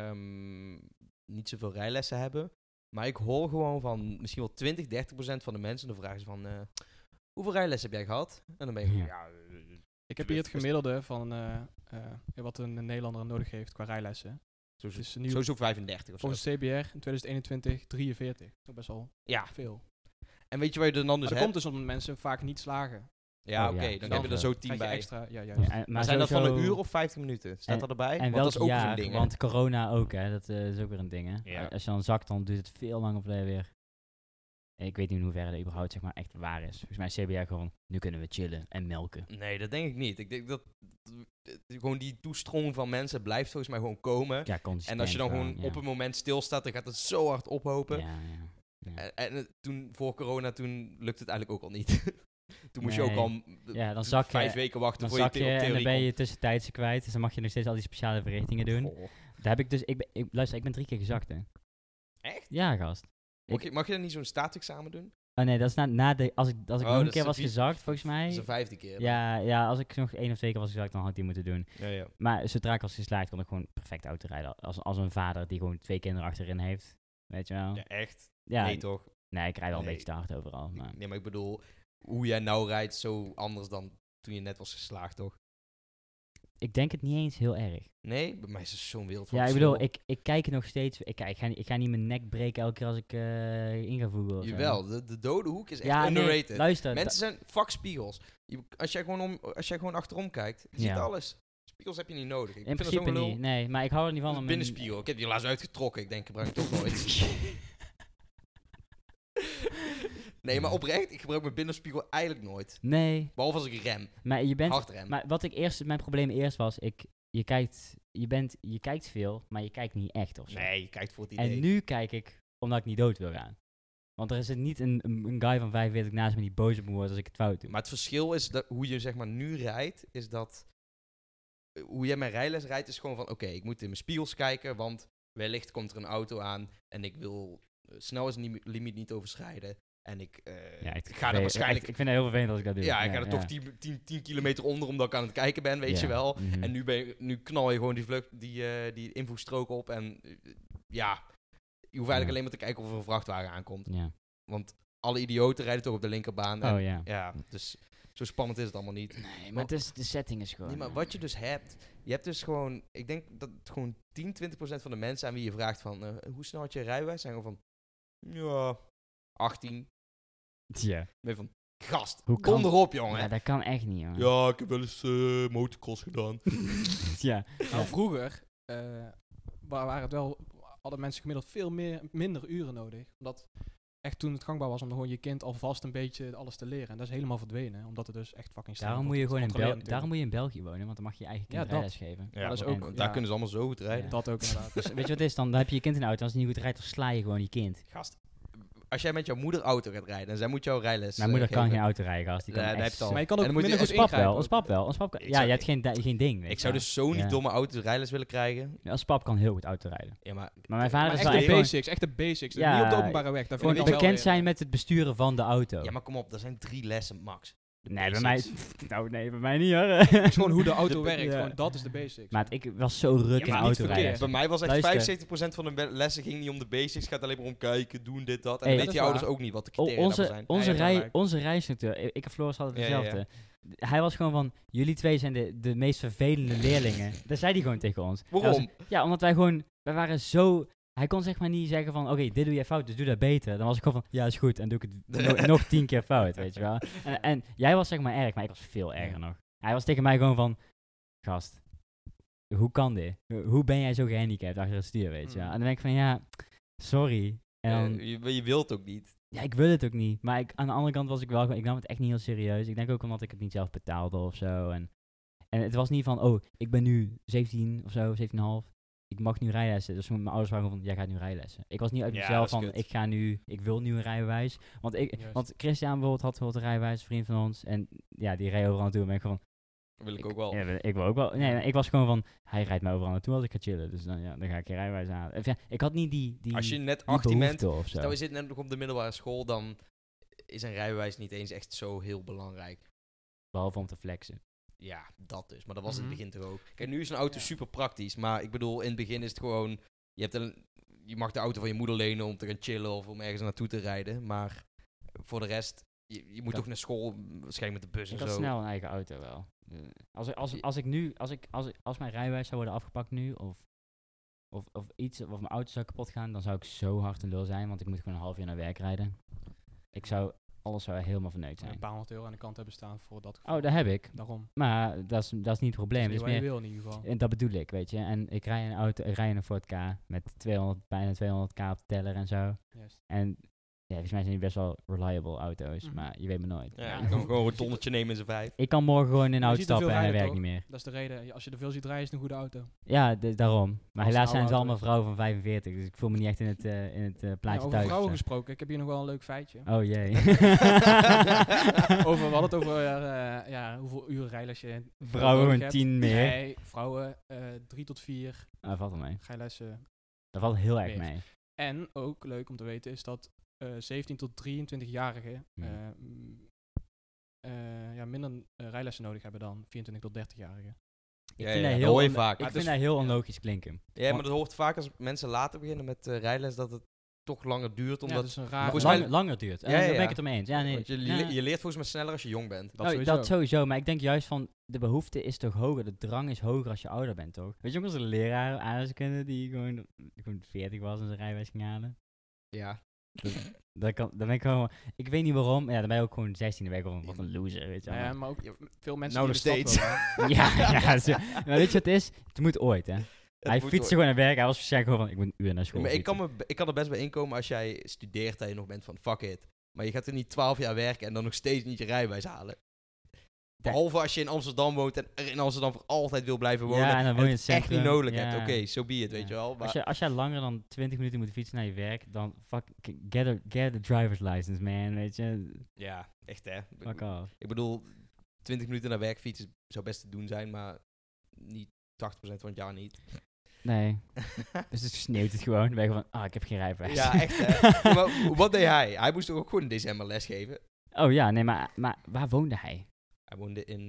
niet zoveel rijlessen hebben. Maar ik hoor gewoon van misschien wel 20-30% van de mensen, dan vragen ze van, hoeveel rijlessen heb jij gehad? En dan ben ik, Ja. Ik heb hier het gemiddelde van wat een Nederlander nodig heeft qua rijlessen. Dus nu sowieso 35 of zo. volgens CBR in 2021 43. Dat is best wel Ja, veel. en weet je waar je er dan dus Maar dat hebt? komt dus omdat mensen vaak niet slagen. Ja, Oh, oké, ja. dan Dan heb je er zo 10 Krijg je bij. extra, ja, juist. Ja, Maar maar zijn dat van een sowieso- uur of 50 minuten? Staat dat erbij? En Want welk dat is ook zo'n jaar, ding, hè? want corona ook, hè. Dat is ook weer een ding, hè. Ja. Als je dan zakt, dan duurt het veel langer voordat je weer... Ik weet niet in hoeverre dat überhaupt zeg maar echt waar is. Volgens mij is CBR gewoon, nu kunnen we chillen en melken. Nee, dat denk ik niet. Ik denk dat gewoon die toestroom van mensen blijft volgens mij gewoon komen. Ja, consistent En als je dan gewoon ja. op een moment stilstaat, dan gaat het zo hard ophopen. Ja, ja. En toen, voor corona, toen lukte het eigenlijk ook al niet. Toen moest je ook Nee. al Ja, dan zak je- 5 weken wachten Dan voor je zak je en theorie dan ben je komt. tussentijds kwijt. Dus dan mag je nog steeds al die speciale verrichtingen doen. Goh. Daar heb ik dus... Luister, ik ben 3 keer gezakt, hè. Echt? Ja, gast. Mag je dan niet zo'n staatsexamen doen? Oh nee, dat is na de... Als ik Oh, nog dat een is keer de was vier- gezakt, volgens Dat is mij... de 5e keer. dan. Ja, als ik nog 1 of 2 keer was gezakt, dan had ik die moeten doen. Ja. Maar zodra ik was geslaagd, kon ik gewoon perfect auto rijden. Als een vader die gewoon 2 kinderen achterin heeft. Weet je wel? Ja, echt? Ja, Nee, toch? nee, ik rijd wel een Nee. beetje te hard overal. Maar. Nee, maar ik bedoel, hoe jij nou rijdt, zo anders dan toen je net was geslaagd, toch? Ik denk het niet eens heel erg. Nee, bij mij is het zo'n wereld van Ja, ik bedoel, verschil. ik kijk het nog steeds. Ik ga niet mijn nek breken elke keer als ik in ga voegen. of zo. Jawel, de dode hoek is echt Ja, nee, underrated. luister. Mensen zijn vakspiegels. Als jij gewoon achterom kijkt, je Ja. ziet alles. Spiegels heb je niet nodig. Ik in vind dat principe zo'n gelul. niet. Nee, maar ik hou er niet van Dat om... is een binnenspiegel. Ik heb die laatst uitgetrokken. Ik denk, gebruik het toch nooit. Nee, maar oprecht, ik gebruik mijn binnenspiegel eigenlijk nooit. Nee, Behalve als ik rem. maar je bent... Hard rem. Maar mijn probleem eerst was, je kijkt veel, maar je kijkt niet echt of zo. Nee, je kijkt voor het idee. En nu kijk ik omdat ik niet dood wil gaan. Want er is niet een guy van 45 naast me die boos op me wordt als ik het fout doe. Maar het verschil is dat hoe je zeg maar nu rijdt, is dat... Hoe jij mijn rijles rijdt, is gewoon van... Oké, ik moet in mijn spiegels kijken, want wellicht komt er een auto aan en ik wil snelheidslimiet niet overschrijden. En ik ga er waarschijnlijk... Ik vind het heel vervelend als ik dat doe. Ja, ik ga er toch 10 kilometer onder omdat ik aan het kijken ben, weet je wel. Mhm. En nu knal je gewoon die invoegstrook op en je hoeft eigenlijk alleen maar te kijken of er een vrachtwagen aankomt. Ja. Want alle idioten rijden toch op de linkerbaan. En, Oh ja. Ja, dus zo spannend is het allemaal niet. Nee, maar de setting is gewoon... Nee, maar wat je dus hebt, je hebt dus gewoon, ik denk dat het gewoon 10-20% van de mensen aan wie je vraagt van, hoe snel had je rijbewijs? Zijn gewoon van, ja, 18. Ja. Ben je van, gast, Hoe kan- kom erop, jongen. Ja, dat kan echt niet, hoor. Ja, ik heb wel eens motocross gedaan. Ja. Nou, vroeger hadden mensen gemiddeld veel minder uren nodig. Omdat echt toen het gangbaar was om gewoon je kind alvast een beetje alles te leren. En dat is helemaal verdwenen, omdat het dus echt fucking snel Daarom wordt moet je gewoon gecontroleerd daarom moet je in België wonen, want dan mag je je eigen kind Ja, dat. rijles geven. Ja, dat is maar- ook- want daar ja. kunnen ze allemaal zo goed rijden. Ja. Dat ook inderdaad. Dus weet je wat het is? Dan heb je je kind in de auto en als het niet goed rijdt, dan sla je gewoon je kind. Gast, als jij met jouw moeder auto gaat rijden en zij moet jouw rijles Mijn moeder kan geven. geen auto rijden, gast. Die kan Nee, dan echt heb je het al. Maar je kan En ook dan moet je- minder goed Ons pap ingrijpen wel, ook. ons pap wel, ons pap kan. Ik Ja, zou- je hebt geen ding, weet Ik je zou wel. dus zo niet Ja. domme auto rijles willen krijgen. Ja, ons pap kan heel goed auto rijden. Ja, maar Maar mijn vader Maar is echt wel de echt gewoon, basics, echt de basics. Ja, Niet op de openbare weg. Daar gewoon vind ik al wel bekend weer- zijn met het besturen van de auto. ja, maar kom op, er zijn 3 lessen max. Nee, bij basics. mij... Nou, nee, bij mij niet, hoor. Het is gewoon hoe de auto De- werkt. ja. Gewoon, dat is de basics. Maar ik was zo ruk Ja, in maar niet autorijden. verkeerd. Bij mij was echt Luister. 75% van de lessen ging niet om de basics. Het gaat alleen maar om kijken, doen, dit, dat. En Hey, dan dat weten is die ouders waar. ook niet wat de criteria daarvoor zijn. Ja, je hebt gelijk. Onze rijinstructeur, ik en Floris hadden Ja, ja, dezelfde. Hij was gewoon van, jullie twee zijn de meest vervelende leerlingen. Dat zei hij gewoon tegen ons. Hij Waarom? was- ja, omdat wij waren zo... Hij kon zeg maar niet zeggen van, oké, dit doe jij fout, dus doe dat beter. Dan was ik gewoon van, ja, is goed. En doe ik het nog 10 keer fout, weet je wel. En jij was zeg maar erg, maar ik was veel erger nog. Hij was tegen mij gewoon van, gast, hoe kan dit? Hoe ben jij zo gehandicapt achter het stuur, weet je wel. En dan denk ik van, ja, sorry. En dan, Je wilt ook niet. ja, ik wil het ook niet. Maar aan de andere kant was ik wel gewoon... Ik nam het echt niet heel serieus. Ik denk ook omdat ik het niet zelf betaalde of zo. En het was niet van... Oh, ik ben nu 17 of zo, 17,5. Ik mag nu rijlessen. Dus mijn ouders waren gewoon van... Jij gaat nu rijlessen. Ik was niet uit Ja, mezelf dat is van... kut. Ik wil nu een rijbewijs. Juist. Want Christian bijvoorbeeld had een rijbewijs, een vriend van ons. En ja, die reed overal naartoe. En ben ik gewoon... Wil ik ook wel. Ja, ik wil ook wel. Nee, ik was gewoon van... Hij rijdt mij overal naartoe als ik ga chillen. Dus dan ga ik je rijbewijs aan. Of ja, ik had niet die Als je net die 18 bent, behoefte of zo. stel je zit net nog op de middelbare school, dan is een rijbewijs niet eens echt zo heel belangrijk. Behalve om te flexen. Ja, dat dus. Maar dat was in Mhm. het begin toch ook. Kijk, nu is een auto Ja. super praktisch. Maar ik bedoel, in het begin is het gewoon... Je mag de auto van je moeder lenen om te gaan chillen of om ergens naartoe te rijden. Maar voor de rest, je moet Ja. toch naar school, waarschijnlijk met de bus Ik en had zo. snel een eigen auto wel. Als mijn rijbewijs zou worden afgepakt nu, of mijn auto zou kapot gaan, dan zou ik zo hard een lul zijn, want ik moet gewoon een half jaar naar werk rijden. Alles zou helemaal verneukt Een zijn. paar honderd euro aan de kant hebben staan voor dat geval. Oh, dat heb ik. Daarom. Maar dat is niet het probleem. Dat Het is is wat je meer, wil in ieder geval. en dat bedoel ik, weet je. En ik rij in een Ford K met bijna 200k op de teller en zo. Juist. En ja, volgens mij zijn die best wel reliable auto's, Mhm. maar je weet me nooit. Ja, Ja. je kan gewoon een tonnetje nemen in zijn 5. Ik kan morgen gewoon in een Je auto ziet er veel stappen en hij rijden, werkt niet toch? meer. Dat is de reden. Als je er veel ziet rijden, is het een goede auto. Ja, daarom. Maar Als helaas een zijn ze oude allemaal auto. vrouwen van 45, dus ik voel me niet echt in het Ja, plaatje over thuis. vrouwen of zo. gesproken, ik heb hier nog wel een leuk feitje. Oh jee. We hadden het over hoeveel uren rijles je Vrouwen nodig gewoon hebt. 10 meer. Nee, vrouwen 3 tot 4 Dat valt wel mee. ga je lessen. Dat valt heel erg Meer. mee. En ook leuk om te weten is dat 17 tot 23-jarigen minder rijlessen nodig hebben dan 24 tot 30-jarigen. Ik Ja, vind ja, dat dat hoor je heel, vaak. ik Maar vind het dat heel onlogisch klinken. Ja, maar dat hoort vaak als mensen later beginnen met rijles, dat het toch langer duurt. Ja, Omdat dat is een raar... Volgens mij- Langer duurt. Ja, daar ja, ben ja. ik het ermee eens. Ja, nee. want je leert volgens mij sneller als je jong bent. Dat sowieso. Maar ik denk juist van, de behoefte is toch hoger, de drang is hoger als je ouder bent, toch? Weet je ook als een leraar aardrijkskunde die gewoon 40 was en zijn rijbewijs ging halen? Ja. Dan ben ik gewoon, ik weet niet waarom, ja, dan ben je ook gewoon 16, dan ben je gewoon wat een loser, weet je wel. Ja, maar ook veel mensen Nou, die nog in de stad steeds. wonen. Ja, maar weet je wat het is? Het moet ooit, hè. Hij moet fietste gewoon naar werk, hij was waarschijnlijk gewoon van, ik moet een uur naar school maar fietsen. ik kan er best bij inkomen als jij studeert dat je nog bent van fuck it. Maar je gaat er niet 12 jaar werken en dan nog steeds niet je rijbewijs halen. Behalve als je in Amsterdam woont en er in Amsterdam voor altijd wil blijven wonen. Ja, en dan woon je in het het echt niet centrum. nodig Ja. hebt. Oké, so be it, weet Ja. je wel. Maar Als jij langer dan 20 minuten moet fietsen naar je werk, dan get a driver's license, man, weet je. ja, echt hè. Fuck off. Ik bedoel, 20 minuten naar werk fietsen zou best te doen zijn, maar niet 80% van het jaar niet. Nee. Dus het sneeuwt het gewoon. Dan ben je gewoon, ik heb geen rijbewijs. Ja, echt hè. Ja, maar wat deed hij? Hij moest toch ook gewoon in december lesgeven? Oh ja, nee, maar waar woonde hij? Hij woonde in...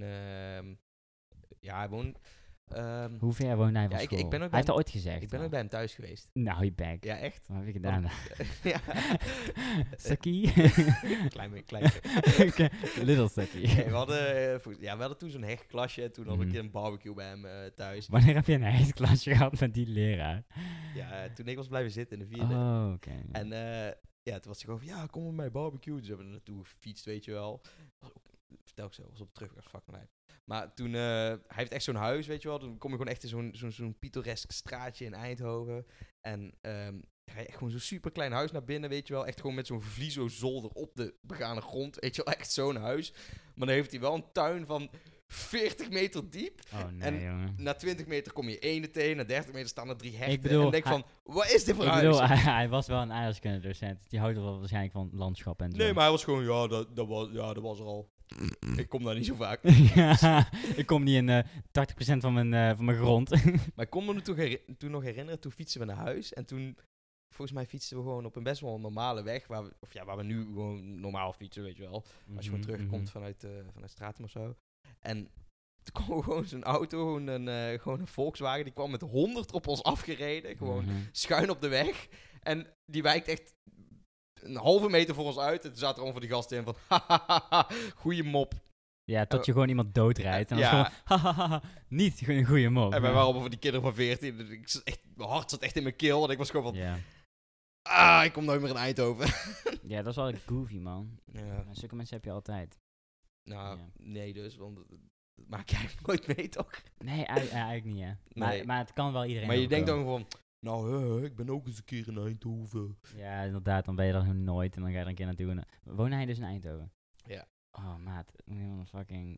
ja, hij woonde... Hoe ver woonde hij van Ja, ik school? ben ook Hij bij heeft hem- dat ooit gezegd. ik ben ook bij hem thuis geweest. Nou, je bek. Ja, echt? Wat heb je gedaan? ja. Sukkie? klein. Oké, little sukkie. Nee, we hadden toen zo'n hecht klasje en toen hadden we een keer een barbecue bij hem thuis. Wanneer heb je een heidklasje gehad met die leraar? Ja, toen ik was blijven zitten in de vierde. Oh, oké. En ja, toen was hij gewoon van, ja, kom met mij barbecue. Dus we hebben er naartoe gefietst, weet je wel. Vertel ik zo, was op de terugweg, fucking lijp. Maar toen, hij heeft echt zo'n huis, weet je wel. Dan kom je gewoon echt in zo'n pittoresk straatje in Eindhoven. En ga je echt gewoon zo'n super klein huis naar binnen, weet je wel. Echt gewoon met zo'n vliezo-zolder op de begane grond, weet je wel. Echt zo'n huis. Maar dan heeft hij wel een tuin van 40 meter diep. Oh nee, en jongen. Na 20 meter kom je ene tegen, na 30 meter staan er 3 hechten. Ik bedoel, en dan denk ik hij- van, wat is dit voor Ik huis? bedoel, hij was wel een aardrijkskunde docent. Die houdt er wel waarschijnlijk van landschap en zo. Nee, maar hij was gewoon, dat was er al. Ik kom daar niet zo vaak. Ja, ik kom niet in 80% van mijn grond. Maar ik kon me toen nog herinneren, toen fietsen we naar huis. En toen, volgens mij fietsten we gewoon op een best wel normale weg. Waar we nu gewoon normaal fietsen, weet je wel. Als je gewoon terugkomt vanuit Stratum of zo. En toen kwam gewoon zo'n auto, gewoon een Volkswagen. Die kwam met 100 op ons afgereden. Gewoon schuin op de weg. En die wijkt echt een halve meter voor ons uit. En toen zaten er allemaal van die gasten in van, hahaha, goeie mop. Ja, tot je gewoon iemand doodrijdt. En dan Ja. is het gewoon, hahaha, niet gewoon een goede mop. En wij waren allemaal van die kinderen van 14. Dus mijn hart zat echt in mijn keel. En ik was gewoon van, Ja. ik kom nooit meer in Eindhoven. Ja, dat is wel goofy, man. Ja. Maar zulke mensen heb je altijd. Nou, Ja. nee dus, want dat maak jij nooit mee, toch? Nee, eigenlijk niet, hè. Nee. Maar het kan wel iedereen Maar je denkt overkomen. dan van, nou, ik ben ook eens een keer in Eindhoven. Ja, inderdaad, dan ben je er gewoon nooit en dan ga je er een keer naartoe. Woonde hij dus in Eindhoven? Ja. Oh, maat. Moet je een fucking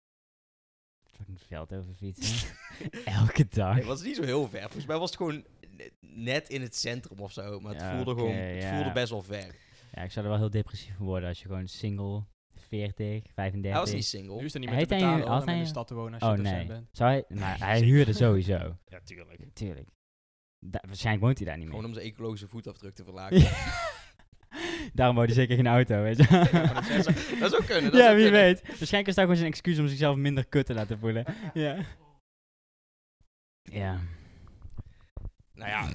veld over fietsen? Elke dag. Het was niet zo heel ver. Volgens mij was het gewoon net in het centrum of zo. Maar het Ja, voelde oké, gewoon, het ja. voelde best wel ver. Ja, ik zou er wel heel depressief van worden als je gewoon single, 40, 35... Hij was niet single. Nu is het niet Hij meer te heeft hij- betalen als om in hij- de stad te wonen als je Oh docent nee. bent. Zou hij... Maar hij huurde sowieso. Ja, tuurlijk. Tuurlijk. Waarschijnlijk woont hij daar niet meer. Gewoon om zijn ecologische voetafdruk te verlagen. Daarom wou hij zeker geen auto, weet je. Dat zou kunnen. Dat Ja, zou wie kunnen. weet. Waarschijnlijk is dat gewoon zijn excuus om zichzelf minder kut te laten voelen. Ja. Ja. Nou ja.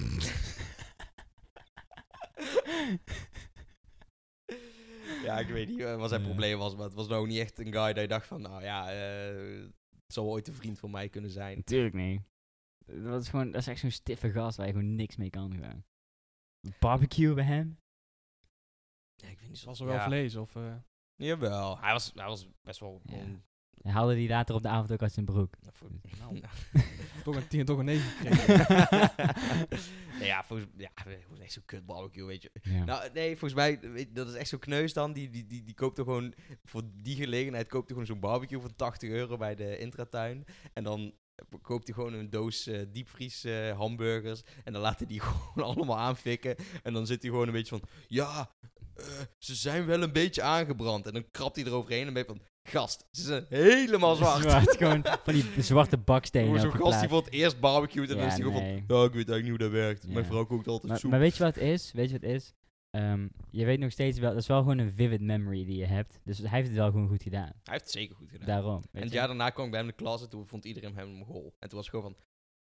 Ja, ik weet niet wat zijn Ja. probleem was. Maar het was nou niet echt een guy dat je dacht van, nou ja, het zou wel ooit een vriend van mij kunnen zijn. Natuurlijk niet. Dat is echt zo'n stiffe gast waar je gewoon niks mee kan gewoon. Barbecue bij hem? Ja, ik weet niet Was er wel vlees of... Jawel, hij was best wel... Ja. En haalde die later op de avond ook uit zijn broek. Nou, toch een 10 en toch een 9 gekregen. nee, ja, gewoon echt zo'n kut barbecue, weet je. Ja. Nou, nee, volgens mij, dat is echt zo'n kneus dan. Die koopt er gewoon, voor die gelegenheid koopt hij gewoon zo'n barbecue van €80 bij de Intratuin. En dan koopt hij gewoon een doos diepvries hamburgers. En dan laat hij die gewoon allemaal aanfikken. En dan zit hij gewoon een beetje van, ja, ze zijn wel een beetje aangebrand. En dan krabt hij eroverheen en ben je van, gast, ze zijn helemaal zwart. Gewoon van die zwarte bakstenen. Gewoon zo'n op je gast die plaat. voor het eerst barbecued en dan Ja, is hij gewoon nee. van, ja, ik weet eigenlijk niet hoe dat werkt. Ja. Mijn vrouw kookt altijd soep. Maar weet je wat het is? Je weet nog steeds wel, dat is wel gewoon een vivid memory die je hebt. Dus hij heeft het wel gewoon goed gedaan. Hij heeft het zeker goed gedaan. Daarom. En weet het je. jaar daarna kwam ik bij hem in de klas en toen vond iedereen hem een Mongool. En toen was het gewoon van,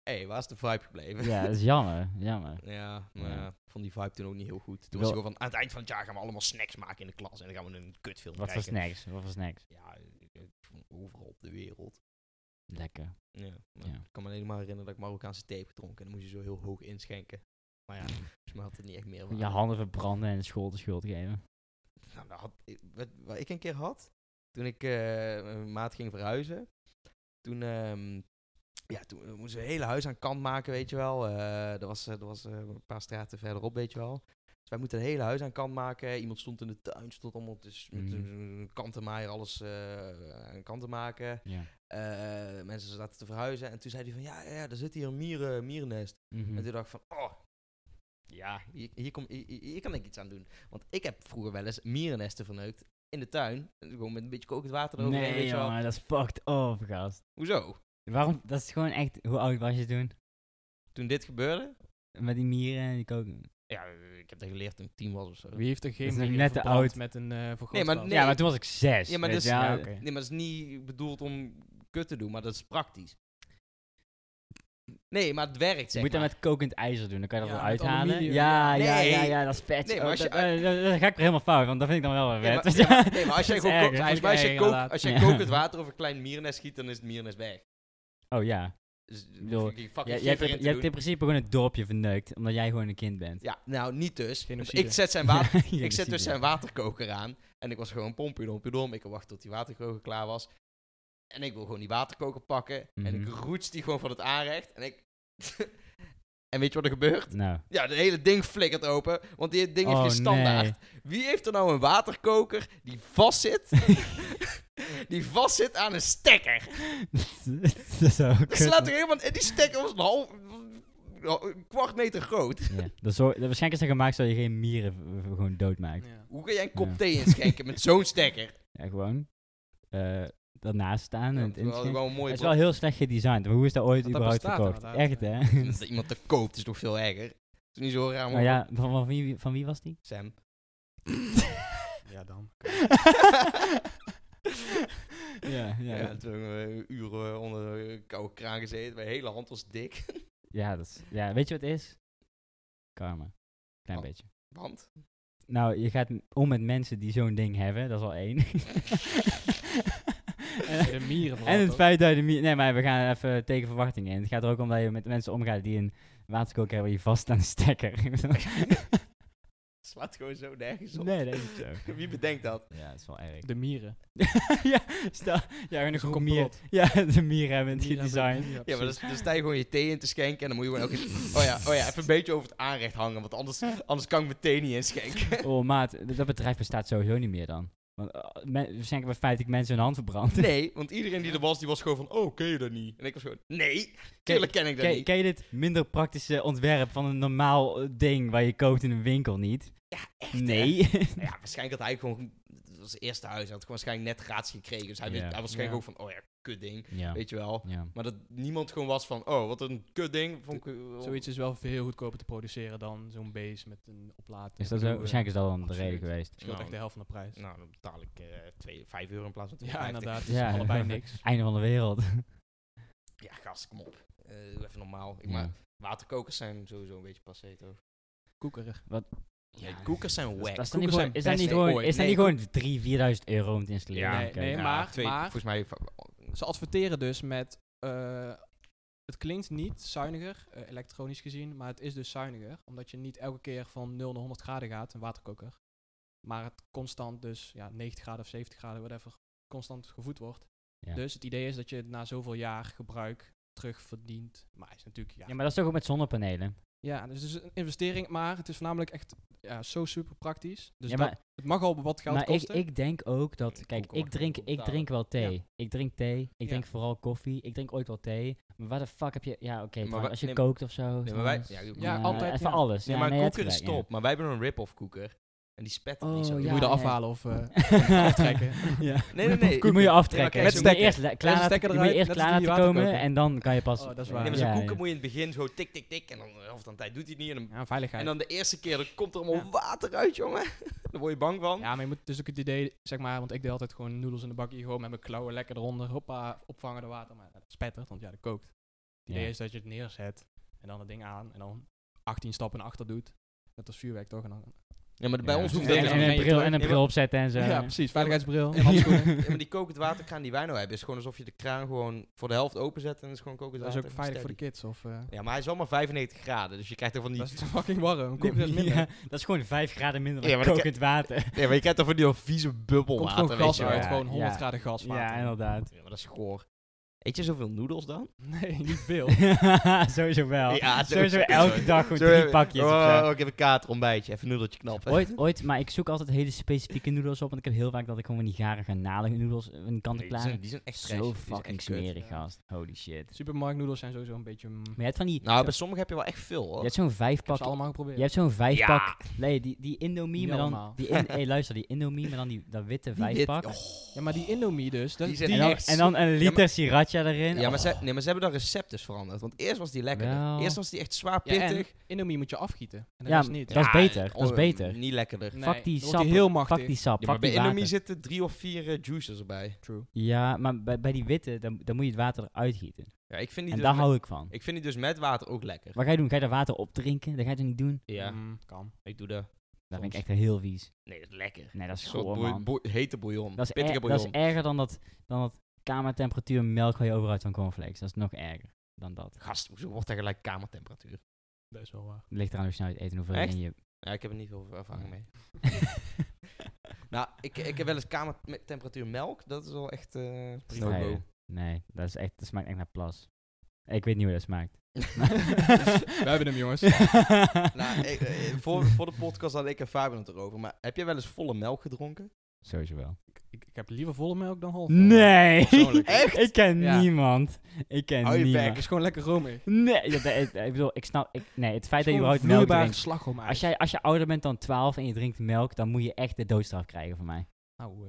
waar is de vibe gebleven? Ja, dat is jammer. Ja, maar Ja. ik vond die vibe toen ook niet heel goed. Toen Wel- was het gewoon van, aan het eind van het jaar gaan we allemaal snacks maken in de klas. En dan gaan we een kutfilm Wat voor kijken. snacks? Ja, overal op de wereld. Lekker. Ja, maar Ja. ik kan me alleen maar herinneren dat ik Marokkaanse thee heb gedronken. En dan moest je zo heel hoog inschenken. Maar ja, volgens mij had het niet echt meer waarde. Je handen verbranden en de school de schuld geven. Nou, wat ik een keer had, toen ik met mijn maat ging verhuizen, toen moesten we het hele huis aan kant maken, weet je wel. Dat was een paar straten verderop, weet je wel. Dus wij moeten het hele huis aan kant maken. Iemand stond in de tuin, stond allemaal dus met een kantenmaaier alles aan kant te maken. Ja. Mensen zaten te verhuizen en toen zei hij van, ja, er zit hier een mierennest. Mhm. En toen dacht ik van, ja, hier kan ik iets aan doen. Want ik heb vroeger wel eens mierennesten verneukt in de tuin. Gewoon met een beetje kokend water eroverheen, weet Nee, je wel. jongen, dat is fucked up, gast. Hoezo? Waarom? Dat is gewoon echt... Hoe oud was je toen? Toen dit gebeurde? Met die mieren en die koken. Ja, ik heb dat geleerd toen ik 10 was of zo. Wie heeft er Dat geen is nog mieren net te verbrand oud. met een vergrootglas? Nee, maar nee. Ja, maar toen was ik 6. Ja, maar weet dus- je wel. Ja, oké. Nee, maar dat is niet bedoeld om kut te doen, maar dat is praktisch. Nee, maar het werkt, Je zeg moet dat maar. met kokend ijzer doen, dan kan je dat Ja, wel met uithalen. aluminium. Nee. Dat is vet. Nee, maar als je- Dan ga ik er helemaal fout, want dat vind ik dan wel weer Nee, vet. maar, nee, maar als jij Dat is gewoon erg, hè? volgens mij als je erg, kook- inderdaad. als jij Ja. kokend water over een klein mierennest schiet, dan is het mierennest weg. Oh ja. Dus bedoel, fucking Ja, gif je hebt erin te je hebt doen. in principe gewoon het dorpje verneukt, omdat jij gewoon een kind bent. Ja, nou, niet dus. Want Genocide. ik zet zijn water... Ja, Ik zet dus ja. zijn waterkoker aan. En ik was gewoon pompje-dom. Ik wacht tot die waterkoker klaar was. En ik wil gewoon die waterkoker pakken. En ik Mhm. roets die gewoon van het aanrecht. En ik... en weet je wat er gebeurt? Nou. Ja, het hele ding flikkert open. Want die ding heeft Oh, geen standaard. Wie heeft er nou een waterkoker die vastzit? die vastzit aan een stekker. Dat is ook Dat slaat er helemaal... En die stekker was een kwart meter groot. Ja. Waarschijnlijk is dat gemaakt zodat je geen mieren gewoon doodmaakt. Ja. Hoe kan jij een kop Ja. thee inschenken met zo'n stekker? Ja, gewoon daarnaast staan en het Wel inschenken. een mooie Het is wel heel slecht gedesigned, maar hoe is dat ooit Dat überhaupt bestaat verkocht? inderdaad, Echt, ja. hè? Dat iemand te koopt is nog veel erger. Het is niet zo raar, Nou ja, van wie was die? Sam. Ja, dan. Ja. Toen hebben we uren onder een koude kraan gezeten. Mijn hele hand was dik. Ja, weet je wat het is? Karma. Klein Wat? beetje. Want? Nou, je gaat om met mensen die zo'n ding hebben, dat is al één. De mieren vooral, En het toch? feit dat je nee, maar we gaan even tegen verwachtingen in. Het gaat er ook om dat je met mensen omgaat die een waterkoker hebben waar je vast aan de stekker. Slaat gewoon zo nergens op. Nee, dat is niet zo. Wie bedenkt dat? Ja, dat is wel erg. De mieren. Ja, stel, ja, een Zo'n groep mier. complot. Ja, de mieren hebben het Mieren gedesigned. hebben- Ja, maar precies. dan sta je gewoon je thee in te schenken. En dan moet je gewoon elke... Oh ja, even een beetje over het aanrecht hangen. Want anders kan ik mijn thee niet inschenken. Oh, maat, dat bedrijf bestaat sowieso niet meer dan. Want waarschijnlijk hebben 50 mensen hun hand verbrand. Nee, want iedereen die er was, die was gewoon van... Oh, ken je dat niet? En ik was gewoon... Nee, tuurlijk ken ik dat niet. Ken je dit minder praktische ontwerp van een normaal ding waar je koopt in een winkel niet? Ja, echt, hè? Nee. Ja, waarschijnlijk had hij gewoon... Dat was het eerste huis. Hij had gewoon waarschijnlijk net gratis gekregen. Dus hij, Ja. hij was waarschijnlijk Ja. ook van... Oh ja, kut ding. Ja. Weet je wel. Ja. Maar dat niemand gewoon was van... Oh, wat een kut ding. Vond ik, Zoiets is wel veel goedkoper te produceren dan zo'n base met een oplader. Is dat zo? Waarschijnlijk is dat dan de absoluut. reden geweest. Het scheelt echt de helft van de prijs. Nou, dan betaal ik 5 euro in plaats van 2,50. Ja, inderdaad. Het is Ja. allebei niks. Einde van de wereld. Ja, gast, kom op. Doe even normaal. Ja. Maar waterkokers zijn sowieso een beetje passé, toch? Koekerig. Ja, koekers zijn wack. Dat is dan niet Koekers gewoon, zijn is dat niet best gewoon, ooit. is dat Nee, niet gewoon 3.000, 4.000 euro om te installeren? Ja, Oké. nee, maar- Volgens mij... Ze adverteren dus met... het klinkt niet zuiniger, elektronisch gezien, maar het is dus zuiniger. Omdat je niet elke keer van 0 naar 100 graden gaat, een waterkoker. Maar het constant dus, 90 graden of 70 graden, whatever, constant gevoed wordt. Ja. Dus het idee is dat je het na zoveel jaar gebruik terugverdient. Maar is natuurlijk, Ja, maar dat is toch ook met zonnepanelen? Ja, dus het is een investering, maar het is voornamelijk echt zo super praktisch. Dus Ja, dat, maar- het mag al wat geld Maar kosten. ik denk ook dat... Kijk, Koeken mag je ook ik drink wel thee. Ja. Ik drink thee. Ik Ja. drink vooral koffie. Ik drink ooit wel thee. Maar waar de fuck heb je... Ja, oké. Maar als je nee, kookt of zo. nee, maar wij- trouwens. ja, altijd, Even ja. alles. Nee, Ja, maar je hebt koeker is gelijk, ja. top. Maar wij hebben een rip-off koeker. En die spettert niet Oh, zo. Je ja, moet je ja. afhalen of aftrekken. Ja. Nee. Die moet je aftrekken. kijk, Dus zo'n die moet je stekker. eerst klaar Even laten, stekker die moet je eruit, eerst net klaar als die laten komen waterkoker. en dan kan je pas... Oh, dat is Nee, waar. maar zo'n Ja, koeker ja. moet je in het begin zo tik, tik, tik. En dan of dan tijd doet hij het niet. En dan, Ja, veiligheid. en dan de eerste keer dan komt er allemaal Ja. water uit, jongen. Daar word je bang van. Ja, maar je moet dus ook het idee, zeg maar, want ik deed altijd gewoon noedels in de bakje, gewoon met mijn klauwen lekker eronder, hoppa, opvangen de water, maar het spettert, want ja, dat kookt. Het idee is dat je het neerzet en dan het ding aan en dan 18 stappen naar achter doet. Net als vuurwerk toch? En dan Ja, maar bij ons hoeft dat dat niet. en een bril, en een Nee, bril opzetten en zo. ja, precies. Veiligheidsbril. Ja, maar- handschoenen. Ja, maar die kokend waterkraan die wij nou hebben, is gewoon alsof je de kraan gewoon voor de helft openzet en het is gewoon kokend Dat is water. ook veilig voor de steady. kids. Of, Ja, maar hij is wel maar 95 graden, dus je krijgt er van die... dat is fucking warm. Nee, Kook is minder. ja, dat is gewoon 5 graden minder dan Ja, maar dat kokend water. Nee, maar je krijgt er van die vieze Komt bubbelwater, gewoon gas weet je uit. wel. Gewoon 100 Ja. graden gaswater. Ja, inderdaad. Ja, maar dat is goor. Eet je zoveel noedels dan? Nee, niet veel. Sowieso wel. Ja, Sowieso elke dag gewoon Zo 3 pakjes of zo. Oh, ik heb een katerontbijtje, even een noedeltje knappen. Ooit, maar ik zoek altijd hele specifieke noedels op, want ik heb heel vaak dat ik gewoon van die gare garnalige noedels in de kant Nee, klaar. die zijn echt Zo trash. Die zijn fucking echt kut. smerig, ja. gast. Holy shit. Supermarktnoedels zijn sowieso een beetje... Maar je hebt van die... Nou, bij sommigen heb je wel echt veel, je hoor. hebt zo'n ik heb 5-pak... ze allemaal geprobeerd. Je hebt zo'n 5-pak... Ja. Nee, die Indomie, Niet maar dan... allemaal. Hey, luister, die Indomie, maar dan dat witte Die wit- 5-pak. oh. Ja, maar die Indomie dus. Dat, Die zijn En dan, echt en dan een Ja, liter maar- sriracha erin. Ja, maar ze hebben dat recept dus veranderd. Want eerst was die lekker. Wel. Eerst was die echt zwaar Ja, en pittig. Indomie moet je afgieten. En de Ja, rest niet. dat is beter. Dat is oh, beter. Niet lekkerder. Nee, Fuck die dan wordt sap. heel machtig. Fuck die sap. Ja, maar Fuck bij die Indomie water. zitten 3 of 4 juices erbij. True. Ja, maar bij die witte, dan moet je het water eruit gieten. Ja, ik vind die En dus daar met, hou ik van. ik vind die dus met water ook lekker. Wat ga je doen? Ga je daar water opdrinken? Dat ga je toch niet doen? Ja, Kan. ik doe dat. Dat vind ik echt heel vies. Nee, dat is lekker. Nee, dat is Een soort goor, man. hete bouillon. Dat is, Pittige dat is bouillon. erger dan dat kamertemperatuur melk waar je overuit van cornflakes. Dat is nog erger dan dat. Gast, hoezo wordt dat gelijk kamertemperatuur? Dat is wel waar. Het ligt eraan hoe snel je het eten en hoeveel Echt? in je... Ja, ik heb er niet veel ervaring mee. Nou, ik heb wel eens kamertemperatuur melk. Dat is wel echt no-go. Strijden. Nee, dat smaakt echt naar plas. Ik weet niet hoe dat smaakt. We hebben hem, jongens. Nou, voor de podcast had ik en Fabian het erover. Maar heb jij wel eens volle melk gedronken? Sowieso wel. Ik heb liever volle melk dan half. Nee! Persoonlijk. Echt? Ik ken Ja. niemand. Ik ken Hou je bek, niemand. Het is gewoon lekker romig. Nee, ik bedoel, ik snap... Nee, het feit dat je Gewoon überhaupt melk vloeibaar drinkt... slagroomijs. Als je ouder bent dan 12 en je drinkt melk, dan moet je echt de doodstraf krijgen van mij. Nou,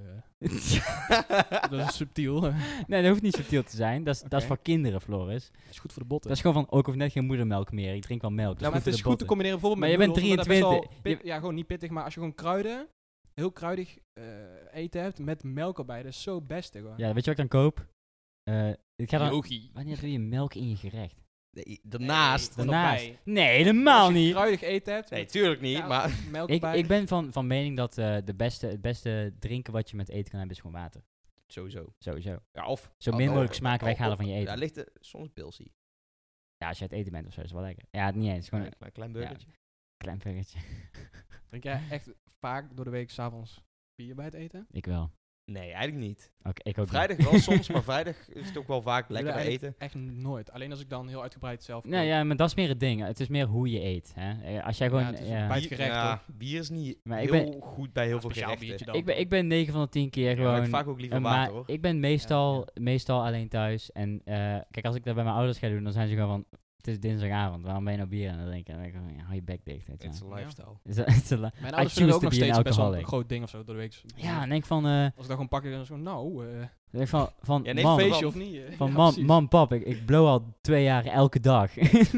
dat is subtiel. Dat Nee, dat hoeft niet subtiel te zijn. Dat is Oké. voor kinderen, Floris. is goed voor de botten. Dat is gewoon van, oh, ik hoef net geen moedermelk meer. Ik drink wel melk. Dat Nou, maar is het goed is voor goed de te botten. combineren bijvoorbeeld Maar met je bent noedels, omdat dat best 23. wel ja, gewoon niet pittig, maar als je gewoon kruiden, heel kruidig eten hebt met melk erbij, dat is zo best gewoon. Ja, weet je wat ik dan koop? Ik ga dan... Yogi. Wanneer doe je melk in je gerecht? Nee, daarnaast. Nee, Daarnaast. erbij. Nee, helemaal Als je niet. kruidig eten hebt, Nee, met tuurlijk niet. ja, Maar melk Ik, erbij. ik ben van mening dat het beste drinken wat je met eten kan hebben is gewoon water. sowieso. Sowieso. Ja, of Zo min mogelijk smaak weghalen van je eten. Ja, ligt er soms pilsie. Ja, als je het eten bent of zo, is het wel lekker. Ja, niet eens. Gewoon Een klein burgertje. een klein burgertje. Drink jij echt vaak door de week 's avonds bier bij het eten? Ik wel. Nee, eigenlijk niet. Oké, ik ook niet. Vrijdag wel soms, maar vrijdag is het ook wel vaak lekker Eigenlijk eten. Echt nooit. Alleen als ik dan heel uitgebreid zelf Nee, kook. ja, maar dat is meer het ding. Het is meer hoe je eet. Hè? Als jij Ja, gewoon... het is ja. bij het gerecht ja, ook. bier is niet Maar ik heel goed bij heel veel Speciaal gerechten. biertje dan. Ik ben 9 van de 10 keer Ja, maar ik gewoon... vaak ook liever maar water, hoor. ik ben meestal alleen thuis. En kijk, als ik dat bij mijn ouders ga doen, dan zijn ze gewoon van... Het is dinsdagavond, waarom ben je nou bier aan het drinken? Dan denk ik van, ja, hou je bek dicht. Weet je Het is wel. een Ja. lifestyle. It's a Mijn I ouders choose vinden ook to nog be an steeds best wel een alcoholic. groot ding of zo door de week. Ja, dan denk ik van... Als ik dat gewoon pak, dan is het zo, nou, van Ja, nee, man, feestje van- of niet? van Ja, man, precies. man, pap, ik blow al 2 jaar elke dag.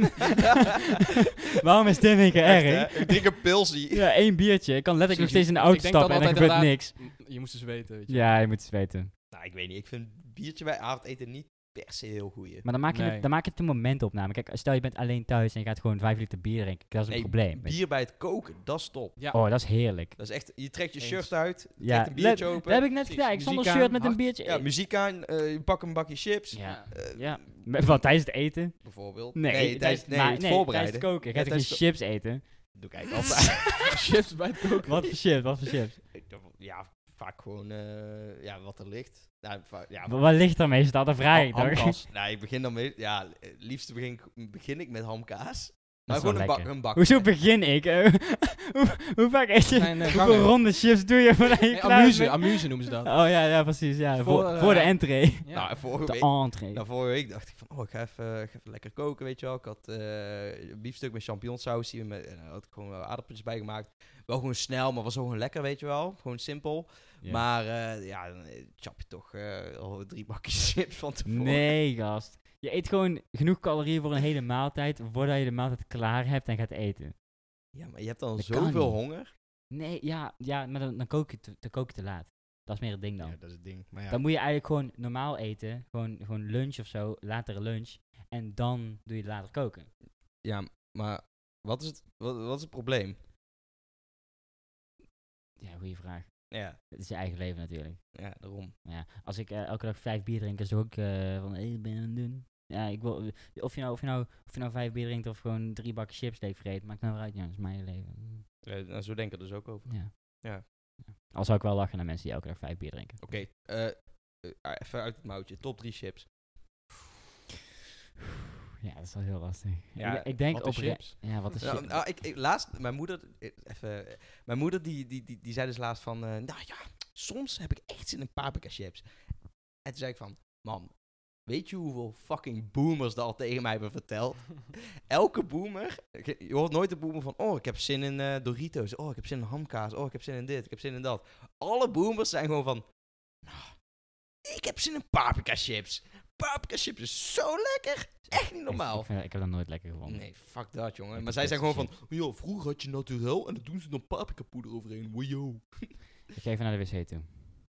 Waarom is dit een keer Echt, erg? hè? Ik drink een pilsie. Ja, 1 biertje. Ik kan letterlijk nog Precies. steeds in de Ik auto denk dan stappen en er altijd gebeurt niks. Je moest dus weten, weet je. Ja, je moet het weten. Nou, ik weet niet. Ik vind biertje bij avondeten niet per se heel goeie. Maar dan maak je, Nee. het, dan maak je het een momentopname. Kijk, stel je bent alleen thuis en je gaat gewoon 5 liter bier drinken. Dat is een Nee, probleem. weet je. bier bij het koken, dat is top. Ja. Oh, dat is heerlijk. Dat is echt, je trekt je Eens. shirt uit, Ja, trekt een biertje dat open. heb ik net Precies. gedaan. Ik stond Muziek een shirt aan, met een hard. biertje. Ja, muziek aan, je pakt een bakje chips, Ja. eh, Ja. Wat, tijdens het eten? bijvoorbeeld. Nee, tijdens het tijdens voorbereiden. het koken. Ga je toch tijdens geen chips eten? Doe ik eigenlijk altijd. Chips bij het koken. Wat voor chips? Wat voor chips? Ja, vaak gewoon ja, wat er ligt. Nou, ja, Wat ligt er meestal? Dat vraag ik toch? hamkaas. Nou, ik begin dan mee. Ja, liefst begin ik met hamkaas. Maar is wel gewoon lekker. een bak. Hoezo begin ik? hoe vaak eet je? Zijn, Hoeveel gangen. ronde chips doe je voordat je Nee, klaar amuse, bent? amuse noemen ze dat. Oh ja, precies. Ja. Voor, Voor de entree. Ja. Nou, vorige De week, entree. vorige week dacht ik van, oh, ik ga even lekker koken, weet je wel. Ik had een biefstuk met champignonsaus hier, en daar had ik gewoon aardappeltjes bij gemaakt. Wel gewoon snel, maar was ook gewoon lekker, weet je wel. Gewoon simpel. Ja. Maar ja, dan chap je toch al 3 bakjes chips van tevoren. Nee, gast. Je eet gewoon genoeg calorieën voor een hele maaltijd voordat je de maaltijd klaar hebt en gaat eten. Ja, maar je hebt dan Dat kan zoveel niet. honger. Nee, ja maar dan kook je te laat. Dat is meer het ding dan. Ja, dat is het ding. Maar ja. Dan moet je eigenlijk gewoon normaal eten. Gewoon lunch of zo. Latere lunch. En dan doe je het later koken. Ja, maar wat is het probleem? Ja, goede vraag. Ja, Het is je eigen leven natuurlijk. ja, daarom. Ja, als ik elke dag 5 bier drink, is het ook van, ik ben aan het doen. Ja, ik wil, of je nou 5 bier drinkt of gewoon 3 bakken chips die ik vreet, maakt nou weer uit. Ja, dat is mijn leven. Nou, zo denk ik er dus ook over. Ja. Ja. Al zou ik wel lachen naar mensen die elke dag 5 bier drinken. Oké, even uit het mouwtje. Top 3 chips. Ja, dat is wel heel lastig. Ja, ik denk wat is oprecht- chips? Ja, wat is Nou, chips? laatst, mijn moeder die zei dus laatst van, nou ja, soms heb ik echt zin in paprika chips. En toen zei ik van, mam, weet je hoeveel fucking boomers dat al tegen mij hebben verteld? Elke boomer, je hoort nooit de boomer van, oh, ik heb zin in Doritos, oh, ik heb zin in hamkaas, oh, ik heb zin in dit, ik heb zin in dat. Alle boomers zijn gewoon van, nou, ik heb zin in paprika chips. Paprika chips is zo lekker, echt niet normaal. Ik heb dat nooit lekker gevonden. Nee, fuck dat, jongen. Ik Maar heb zij zijn best gewoon van, ja, vroeger had je naturel en dan doen ze dan paprika poeder overheen. Wojo. Ik ga even naar de wc toe.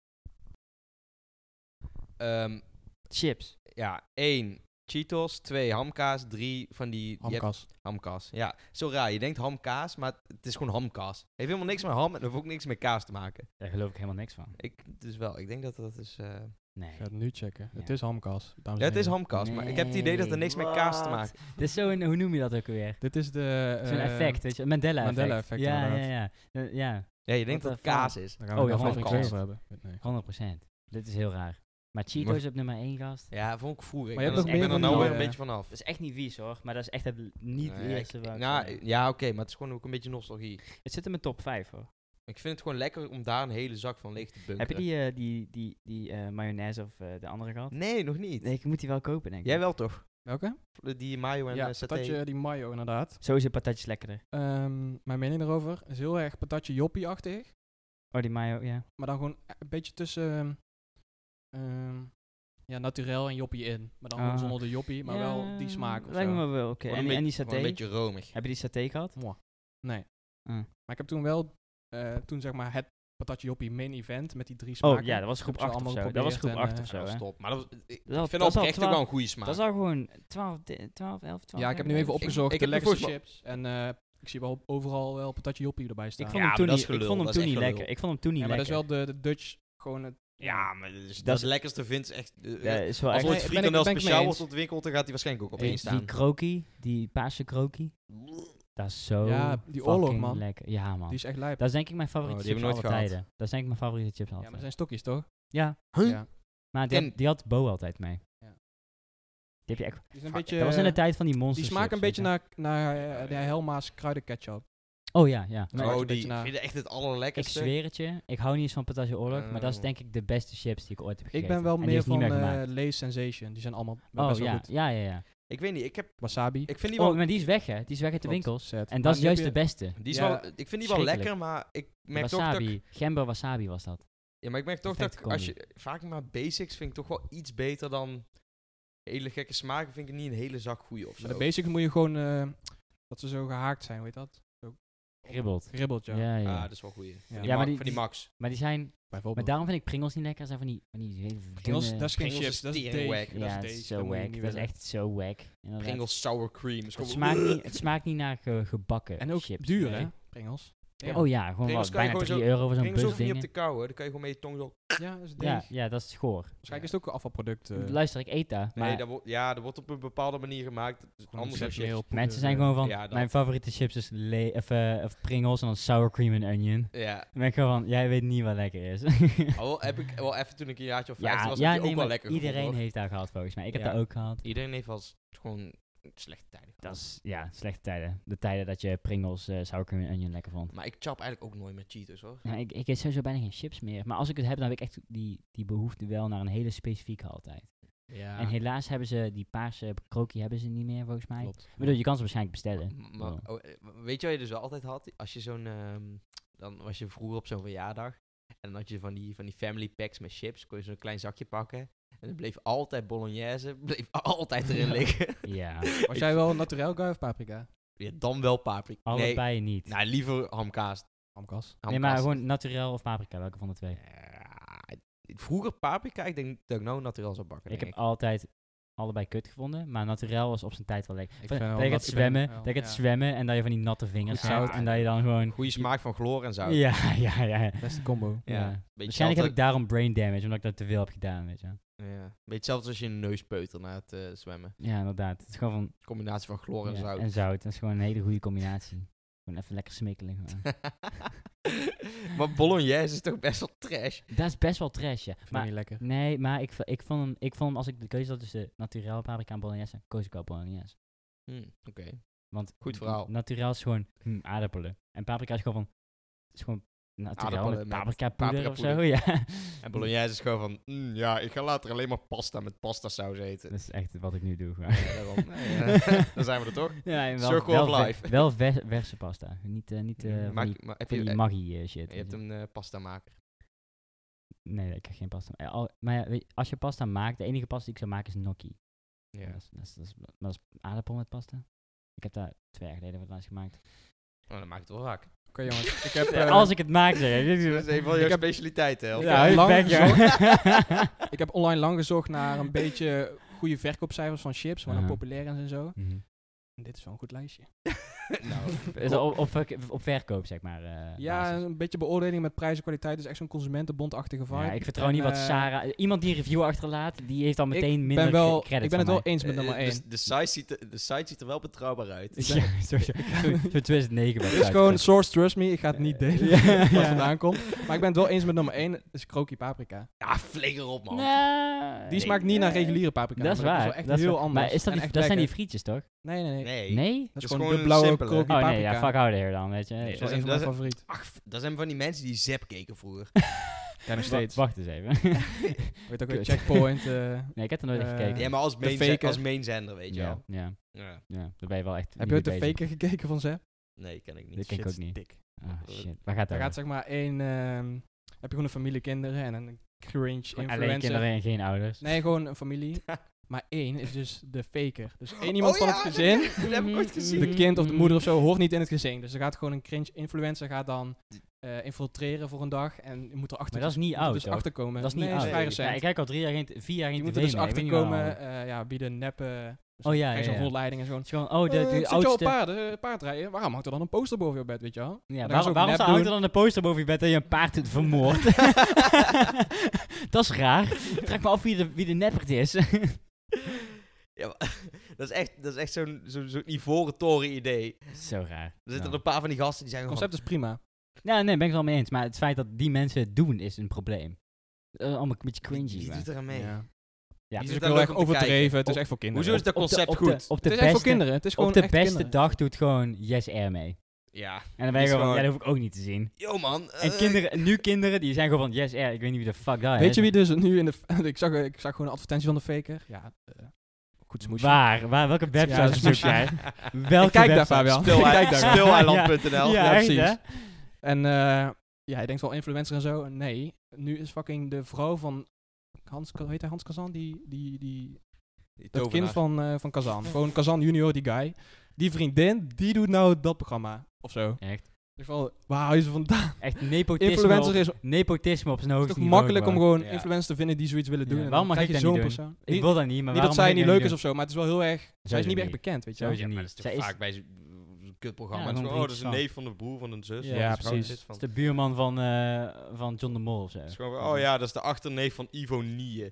Chips. Ja, 1 Cheetos, 2 hamkaas, 3 van die... je hebt- Hamkas. Hamkaas, ja. Zo raar, je denkt hamkaas, maar het is gewoon hamkaas. Heeft helemaal niks met ham en heeft ook niks met kaas te maken. Daar geloof ik helemaal niks van. Ik denk dat dat is... Nee. Ik ga het nu checken. Ja. Het is hamkas. dames Ja, en het is heren. hamkaas, maar ik heb het idee dat er niks met kaas te Wat? maken. Dit is zo'n, hoe noem je dat ook alweer? Dit is de... Zo'n effect, weet je, een Mandela-effect. Mandela-effect, ja, inderdaad. ja. Ja, je denkt What dat the het kaas fuck? is. Daar gaan we Oh, ja, een aflevering hamkas. over hebben. Nee. 100%. Dit is heel raar. Maar Cheetos op nummer 1, gast. Ja, vond ik vroeger. Maar je Ik hebt ben nog er meer nou van weer die, een beetje vanaf. Dat is echt niet vies hoor, maar dat is echt het niet Nee, eerste waar ik Nou, van- ja, oké, maar het is gewoon ook een beetje nostalgie. Het zit in mijn top 5 hoor. Ik vind het gewoon lekker om daar een hele zak van leeg te bunkeren. Heb je die mayonaise of de andere gehad? Nee, nog niet. Nee, ik moet die wel kopen denk ik. Jij wel toch? Welke? Die mayo en Ja, saté. patatje, die mayo inderdaad. Sowieso patatjes lekkerder. Mijn mening erover is heel erg patatje joppie-achtig. Oh, die mayo, ja. Maar dan gewoon een beetje tussen naturel en joppie in. Maar dan gewoon Ah. zonder de joppie, maar wel die smaak of Lijkt zo. me wel oké. Gewoon En, een en die beetje- gewoon saté? een beetje romig. Heb je die saté gehad? Nee. Ah. Maar ik heb toen wel, toen zeg maar het patatje joppie main event met die 3 smaken. Oh ja, dat was groep Heb ik 8 zo of allemaal zo. Dat was geprobeerd groep en, 8 of zo, Ja, hè. stop. Maar ik Dat is vind al oprecht ook 12 wel een goede smaak. Dat is al gewoon 12, 11, 12. Ja, ik heb nu even opgezocht ik de heb lekkerste volgens chips. En ik zie wel overal wel patatje joppie erbij staan. Ik vond Ja, hem toen maar dat niet, is ik gelul, vond hem dat toen is niet echt lekker. gelul. Ik vond hem toen niet Ja, maar dat is lekker. wel de Dutch gewoon het... Ja, maar dat is Dat het lekkerste vindt is echt... Ja, is wel als echt... ooit ben frikandel ik mee speciaal eens. wordt ontwikkeld, dan gaat hij waarschijnlijk ook op één staan. Die krokie, die paarse krokie, dat is zo Ja, die oorlog, fucking man. lekker. Ja, man. Die is echt lijp. Dat is denk ik mijn favoriete Oh, die chips hebben we alle nooit gehad. tijden. Dat is denk ik mijn favoriete chips Ja, altijd. maar dat zijn stokjes toch? Ja, Huh? Ja. maar En- die had Bo altijd mee. Ja. Die heb je echt... Die is een Fuck, beetje... Dat was in de tijd van die monster Die smaken een chips, beetje weet naar de Helma's kruidenketchup. je. Oh ja, ja. Dat Maar maakt Oh, een beetje die naar- vind je echt het ik allerlekkerste. zweer het je, ik hou niet eens van patatje oorlog, maar dat is Oh. denk ik de beste chips die ik ooit heb gegeten. Ik ben wel En die meer is niet van meer gemaakt. Lay's Sensation. Die zijn allemaal Oh best wel ja, goed. ja. Ik weet niet, ik Wasabi. vind die Oh, wel... maar die is weg hè, die is weg uit de Klopt, winkels. set. En Maar dat is die heb juist de je- beste. Die is Ja, wel, ik vind die wel schrikkelijk. lekker, maar ik merk toch dat... Wasabi, gember wasabi was dat. Ja, maar ik merk toch dat Perfecte als je... Vaak maar basics vind ik toch wel iets beter dan... Hele gekke smaken vind ik niet een hele zak goeie of zo. Maar de basics moet je gewoon... dat ze zo gehaakt zijn, weet dat? Ribbelt. Ribbelt, ja. Ja. Ah, dat is wel goeie. Van Ja, die, maar ma- die- van die Max. Maar die zijn... Maar Bijvoorbeeld. daarom vind ik Pringles niet lekker. Dat zijn van die hele Pringles, dunne- dat is geen Pringles chips, is dat is tering deeg. wack. Dat ja, is het deeg, is dat zo moet je wack. niet Dat is willen. echt zo wack. Inderdaad. Pringles sour cream. Is Het gewoon- smaakt niet naar gebakken En ook chips. duur, Nee. hè? Pringles. Ja. Oh ja, gewoon Pringles wat, kan je bijna gewoon 3 euro voor zo'n Pringles bus hoef je niet op dingen. te kauwen. Dan kan je gewoon met je tong zo... Ja, dat is deeg. Ja, dat is schoor. Waarschijnlijk is het ook een afvalproduct. Luister, ik eet dat. Nee, Maar dat wordt op een bepaalde manier gemaakt. Anders dan chips. mensen zijn gewoon van, Ja, dat. mijn favoriete chips is of Pringles en dan sour cream en onion. Ja. Dan ben ik gewoon van, jij weet niet wat lekker is. Al heb ik wel even toen ik een jaartje of 15 was, ja, heb je nee, ook wel maar lekker iedereen gevonden, hoor. heeft daar gehad volgens mij. Ik heb Ja. dat ook gehad. Iedereen heeft wel eens gewoon slechte tijden Dat gehad. is, ja, slechte tijden. De tijden dat je Pringles, sour cream en onion lekker vond. Maar ik chap eigenlijk ook nooit met Cheetos, hoor. Ja, ik eet sowieso bijna geen chips meer. Maar als ik het heb, dan heb ik echt die behoefte wel naar een hele specifieke altijd. Ja. En helaas hebben ze die paarse krokie hebben ze niet meer volgens mij. Klopt. Ik bedoel, je kan ze waarschijnlijk bestellen. Maar, weet je wat je dus wel altijd had? Als je zo'n... dan was je vroeger op zo'n verjaardag. En dan had je van die family packs met chips. Kon je zo'n klein zakje pakken. En dan bleef altijd bolognese. Bleef altijd erin liggen. Ja, Was jij wel een naturel guy of paprika? Ja, dan wel paprika. allebei niet. Nou, liever hamkaas. Hamkas. Nee, maar gewoon naturel of paprika, welke van de twee? Ja, Vroeger paprika, ik denk dat ik nou naturel zou bakken. Ik denk heb altijd allebei kut gevonden, maar naturel was op zijn tijd wel lekker. Ik Van- vind wel Dat je gaat dat- ik ben zwemmen, wel, dat je gaat ja. zwemmen en dat je van die natte vingers Goed hebt zout. en dat je dan gewoon... Goede smaak van chloor en zout. Ja. Beste combo. Ja. Ja. Beetje Waarschijnlijk heb ik daarom brain damage, omdat ik dat te veel heb gedaan, weet je. Ja. Beetje hetzelfde als je een neus peutert na het zwemmen. Ja, inderdaad. Het is gewoon van... Combinatie van chloor en ja, zout. En zout, dat is gewoon een hele goede combinatie. Gewoon even lekker smikkelen. gewoon. Maar bolognese is toch best wel trash? Dat is best wel trash, ja. Vind ik Maar, niet lekker. nee, maar ik vond hem, als ik de keuze had tussen naturel paprika en bolognese, koos ik wel bolognese. Oké. Want Goed verhaal. Naturel is gewoon aardappelen. En paprika is gewoon van... Het is gewoon naturel Aardappelen met met paprika poeder of zo, paprikapoeder. ja. En bolognese is gewoon van, ja, ik ga later alleen maar pasta met pasta saus eten. Dat is echt wat ik nu doe. gewoon. Ja, daarom. Dan zijn we er toch? Ja, en wel, Circle wel of ve- life. Wel verse pasta. Niet van die, Maar heb van je, die Maggi shit. je hebt een pasta maker. Nee, ik heb geen pasta. Maar ja, weet je, als je pasta maakt, de enige pasta die ik zou maken is gnocchi. Ja. Dat is aardappel met pasta. Ik heb daar 2 jaar geleden voor het laatst gemaakt. Oh, dan maak ik het wel vaak. Oké jongens, ik heb... Als ik het maak, zeg. Dat is een van jouw specialiteiten, hè? Ja, heb lang bek, ja. ik heb online lang gezocht naar een beetje goede verkoopcijfers van chips, gewoon Aha. populair en zo. Mhm. En dit is wel een goed lijstje. Nou, Is dat op verkoop, zeg maar. Ja, basis. een beetje beoordeling met prijs en kwaliteit. Dus echt zo'n consumentenbondachtige vibe. Ja, ik vertrouw En, niet wat eh, Sarah... Iemand die een review achterlaat, die heeft al meteen minder ben wel, credit ik ben het van wel mij. eens met nummer 1. de site ziet er wel betrouwbaar uit. Ik Ja, zo 2009 Het is gewoon source trust me. Ik ga het niet delen Ja, waar het ja. vandaan komt. Maar ik ben het wel eens met nummer 1. Dat is Kroki paprika. Ja, flikker op, man. Die smaakt niet naar reguliere paprika. Dat is maar waar. wel echt dat is heel waar. anders. Maar is dat, En die, echt dat zijn die lekker. frietjes, toch? Nee. Nee. Nee? Dat is gewoon gewoon de een blauwe simpele. Kroki Oh nee, paprika. ja, fuck out of here dan, weet je. Nee, Dat is wel dat een van mijn is- favorieten. Ach, dat zijn van die mensen die Zep keken vroeger. Ja, nog steeds. Wacht eens even. Weet ook weer Kut. Checkpoint. Nee, ik heb er nooit naar Eh, gekeken. Ja, maar als faker. mainzender, weet je wel. Ja, Ja. daar ben je wel echt Heb je ooit de mee bezig. faker gekeken van Zep? Nee, ken ik niet. Dat ken ik Shit ook niet. is dik. Ah, shit. Waar gaat Daar dat gaat zeg maar één... heb je gewoon een familie kinderen en een cringe Alleen influencer. kinderen en geen ouders. Nee, gewoon een familie. Maar één is dus de faker. Dus één iemand van het gezin, Dat heb ik ooit gezien. de kind of de moeder of zo, hoort niet in het gezin. Dus er gaat gewoon een cringe influencer gaat dan infiltreren voor een dag. En je moet erachter Maar dat is niet oud, dus toch? achterkomen. Dat is niet nee, oud. is vrij Nee, recent. Ja, ik kijk al 4 jaar geen Die tv moeten dus meer. Ik weet niet waarom. achterkomen, wie de neppe... Oh ja, krijg je ja, zo'n ja. rondleiding en zo. Het is gewoon, oh, de Zit je al oudste... paardrijden? Waarom hangt er dan een poster boven je bed, weet je wel? Ja, dan gaan ze ook waarom nep hangt er doen. dan een poster boven je bed dat je een paard hebt vermoord? Dat is raar. Trek me af wie de neppert is. Ja, maar, dat is echt zo'n ivoren toren idee. Zo raar. Er zitten een paar van die gasten die Het zeggen concept is prima. Ja, nee, ben ik het wel mee eens. Maar het feit dat die mensen het doen is een probleem. Allemaal een beetje cringy. Wie maar. doet er aan mee? Ja. Ja, Het Wie is doet ook daar heel leuk erg om te overdreven. kijken? Het is echt voor kinderen. Hoezo is dat concept goed? Op de Het is echt voor beste, kinderen. Het is gewoon op de echt beste kinderen. dag doet gewoon Yes Air mee. Ja. En dan ben je Is gewoon, gewoon- ja, dat hoef ik ook niet te zien. Yo man. En kinderen, die zijn gewoon van Yes Air. Ik weet niet wie de fuck dat is. Weet je wie dus nu in de... ik zag gewoon een advertentie van de faker. Ja, goed smoesje. Waar? Welke website Ja, zoek smoesje. jij? Welke Kijk daar, website? Fabian. Kijk daar. Speeleiland.nl. Ja, Ja, echt, precies. hè? En ja, je denkt wel influencer en zo. Nee, nu is fucking de vrouw van Hans, hoe heet hij, Hans Kazan? Dat kind van Kazan. Gewoon Kazan junior, die guy. Die vriendin, die doet nou dat programma. Of zo. Echt. Dus wel, waar haal je ze vandaan? Echt nepotisme Influencer is nepotisme op zijn het hoogste is toch niveau. makkelijk om gewoon Ja. influencers te vinden die zoiets willen doen. Ja, En waarom dan mag krijg ik je dat niet zo'n doen? persoon. Ik wil dat niet, maar Niet dat waarom zij mag niet ik leuk dat is of zo, maar het is wel heel erg... Zij is niet niet. echt bekend, weet je wel. Sowieso Ja, maar niet. dat is Zij toch is- vaak bij zo'n kutprogramma. Ja, Het is gewoon gewoon, dat is een vriendjes neef van de broer van een zus. Ja, van een precies. schoonzus Het van- is de buurman van John de Mol of zo. Het is gewoon, oh ja, dat is de achterneef van Ivo Nie.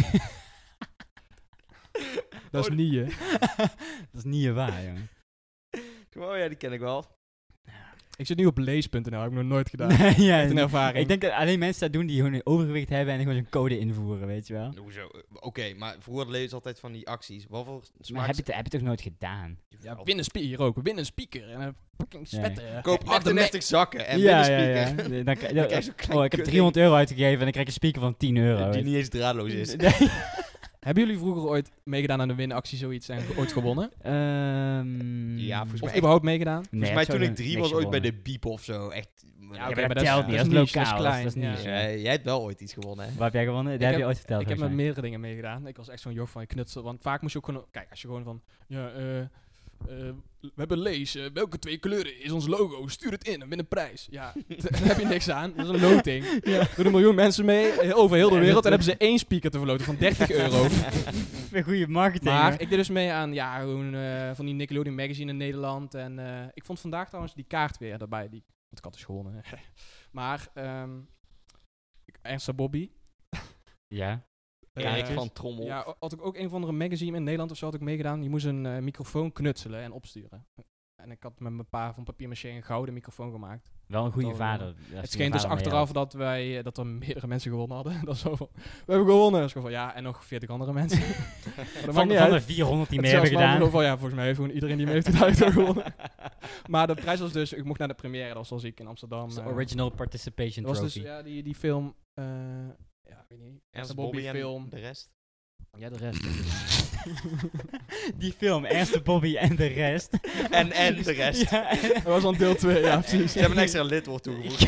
Dat is niet, hè. Dat is niet waar, jongen. Oh ja, die ken ik wel. Ik zit nu op lees.nl, heb ik nog nooit gedaan. Nee, ja, Echt een ervaring. ik denk dat alleen mensen dat doen die gewoon een overgewicht hebben en gewoon zo'n code invoeren, weet je wel. Hoezo? Oké, maar vroeger lees je altijd van die acties. Wat voor Maar smaak... heb je toch nooit gedaan? Ja, win een hier ook. Win een speaker. En een fucking spetter. Koop Met de 38 zakken en ja, win een ja, speaker. ja. Dan krijg je zo'n klein Oh, ik heb kut- €300 uitgegeven en dan krijg je een speaker van €10. Die niet eens draadloos is. Nee. Hebben jullie vroeger ooit meegedaan aan een winactie zoiets en ooit gewonnen? Ja, volgens Of mij- überhaupt meegedaan? Volgens mij toen ik 3 was ooit bij de Biep of zo. Echt. Ja, oké, maar dat is- telt niet, dat is niche, lokaal, klein. dat is ja. niche. Ja, jij hebt wel ooit iets gewonnen, hè? Waar heb jij gewonnen? Dat heb heb- je ooit verteld. Ik heb met volgens meerdere dingen meegedaan. Ik was echt zo'n joch van je knutsel. Want vaak moest je ook gewoon... Kijk, als je gewoon van... Ja, hebben lezen. Welke 2 kleuren is ons logo? Stuur het in en win een prijs. Ja, daar heb je niks aan. Dat is een loting. Er doen 1 miljoen mensen mee over heel de wereld. En hebben ze 1 speaker te verloten van €30. Een goede marketing. Maar hoor. ik deed dus mee aan gewoon, van die Nickelodeon Magazine in Nederland. En ik vond vandaag trouwens die kaart weer daarbij. Want ik had dus gewonnen. Maar Ernst en Bobby. Ja. Erik van Trommel. Ja, had ik ook een of andere magazine in Nederland of zo had ik meegedaan. Je moest een microfoon knutselen en opsturen. En ik had met mijn pa van papier-maché een gouden microfoon gemaakt. Wel een goede Dat- vader. Het scheen dus achteraf dat er meerdere mensen gewonnen hadden. Dat is zo van, we hebben gewonnen. Dat is gewoon van, ja, en nog 40 andere mensen. Maar dat maakt Van niet de uit. 400 die Het mee is hebben zelfs gedaan. van, ja, volgens mij heeft gewoon iedereen die mee heeft gedaan heeft ook gewonnen. Maar de prijs was dus, ik mocht naar de première, dat was zoals ik in Amsterdam. Dat is de Original Participation Dat was Trophy. dus, ja, die film, ja, ik weet niet. Ernst de Bobby film. en de rest. Ja, de rest. Die film, Ernst Bobby en de rest. En de rest. Ja. Dat was dan deel 2, ja, precies. Ze hebben een extra lidwoord toegevoegd.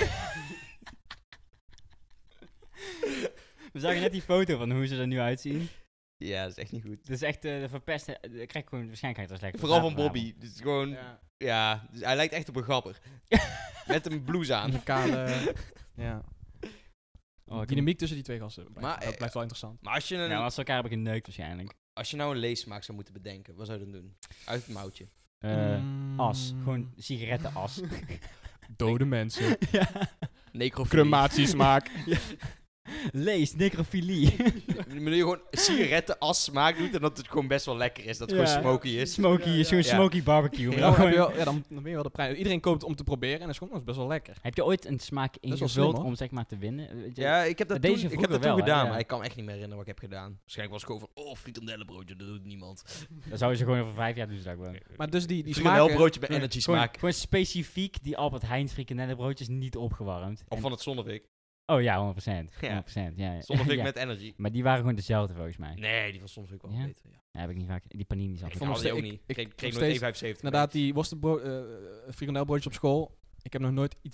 We zagen net die foto van hoe ze er nu uitzien. Ja, dat is echt niet goed. Dat is echt de verpeste. Ik krijg gewoon waarschijnlijk als lekker. Vooral van Bobby. Het is gewoon, Ja, ja, dus hij lijkt echt op een grapper. Met een blouse aan. een kale, ja. Oh, Dynamiek tussen die 2 gasten. Maar, Dat blijft wel interessant. Maar als je, Ja, maar als ze elkaar hebben geneukt waarschijnlijk. als je nou een leesmaak zou moeten bedenken, wat zou je dan doen? Uit het mouwtje. As. Gewoon sigarettenas. Dode mensen. Ja. Necrofilie. Crematiesmaak. Lees, necrofilie. Wanneer je gewoon sigarettenas smaak doet en dat het gewoon best wel lekker is. Dat het Ja. gewoon smoky is. Smoky, Ja, zo'n ja. smoky barbecue. Maar Ja, dan dan, heb je gewoon- wel, ja, dan ben je wel de prijs. Iedereen koopt om te proberen en dat is gewoon dat is best wel lekker. Heb je ooit een smaak is wel ingevuld slim, hoor. om zeg maar te winnen? Weet je- Ja, ik heb dat Deze toen, ik heb vroeger dat toen wel, hè, gedaan, ja. maar ik kan me echt niet meer herinneren wat ik heb gedaan. Waarschijnlijk was het gewoon van, frikandellenbroodje, dat doet niemand. Dan zouden ze gewoon over 5 jaar doen. Ze dat gewoon. Maar dus die smaken... Frikandellenbroodje bij Energy Gewoon, smaak. gewoon specifiek die Albert Heijn frikandellenbroodjes niet opgewarmd. Of En- van het Zonnevik. Oh ja, 100%. 100%. Ja. Ja. Zonnevik Ja. met Energy. Maar die waren gewoon dezelfde volgens mij. Nee, die van Zonnevik wel Ja? beter. Ja. Ja, heb ik niet vaak. Die panini zat Ik ik vond nog het ook steeds- niet. ik- Ik nog kreeg steeds- nooit 1,75. Inderdaad, die frikandelbroodjes op school. Ik heb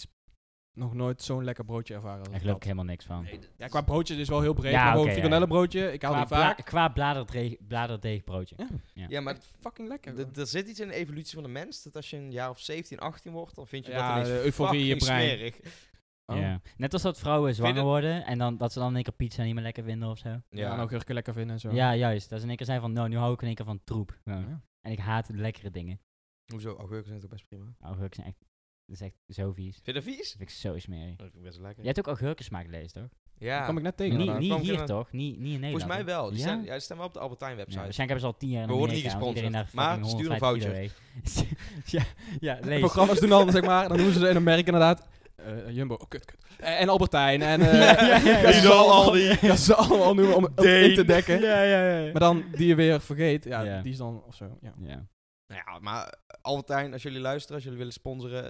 nog nooit zo'n lekker broodje ervaren. als Daar dat. geloof ik helemaal niks van. Nee, Ja, qua broodjes is wel heel breed, Ja, maar gewoon oké, ja. frikandellenbroodje, ik haal die vaak. Qua bladerdeegbroodje. Ja, maar Fucking lekker. er zit iets in de evolutie van de mens, dat als je een jaar of 17, 18 wordt, dan vind je Ja, dat de ineens euforie in je fucking brein. smerig. Oh. Ja. Net als dat vrouwen zwanger het- worden en dan, dat ze dan in één keer pizza niet meer lekker vinden of zo. Ja, en augurken lekker vinden en zo. Ja, juist. Dat ze in één keer zijn van, nou, nu hou ik in één keer van troep. Gewoon. Ja. En ik haat de lekkere dingen. Hoezo? Augurken zijn toch best prima? Augurken zijn echt, dat is echt zo vies. Vind je dat vies? Dat vind ik zo smerig. Dat vind ik best lekker. Jij hebt ook augurkensmaak gelezen, toch? Ja, Kom ik net tegen. Niet, inderdaad. niet kwam hier, ik toch? Niet in Nederland. volgens mij toch? wel. Die Ja? staan, ja, die staan wel op de Albert Heijn Ja, website. waarschijnlijk hebben ze al 10 jaar in We worden Amerika, niet want iedereen daar gesponsord. Maar fucking stuur een 150 kilo heeft. ja, De lees. programma's doen dan, zeg maar, dan noemen ze ze in Amerika inderdaad. Jumbo, oh kut. En Albertijn en... ja. dat ze Lidl, allemaal- Aldi. Dat ze allemaal noemen om in te dekken. ja. Maar dan die je weer vergeet, ja, Ja. die is dan of zo. Ja. Ja. Nou ja, maar Albert Heijn, als jullie luisteren, als jullie willen sponsoren,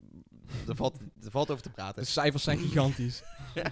er valt over te De praten. cijfers zijn gigantisch.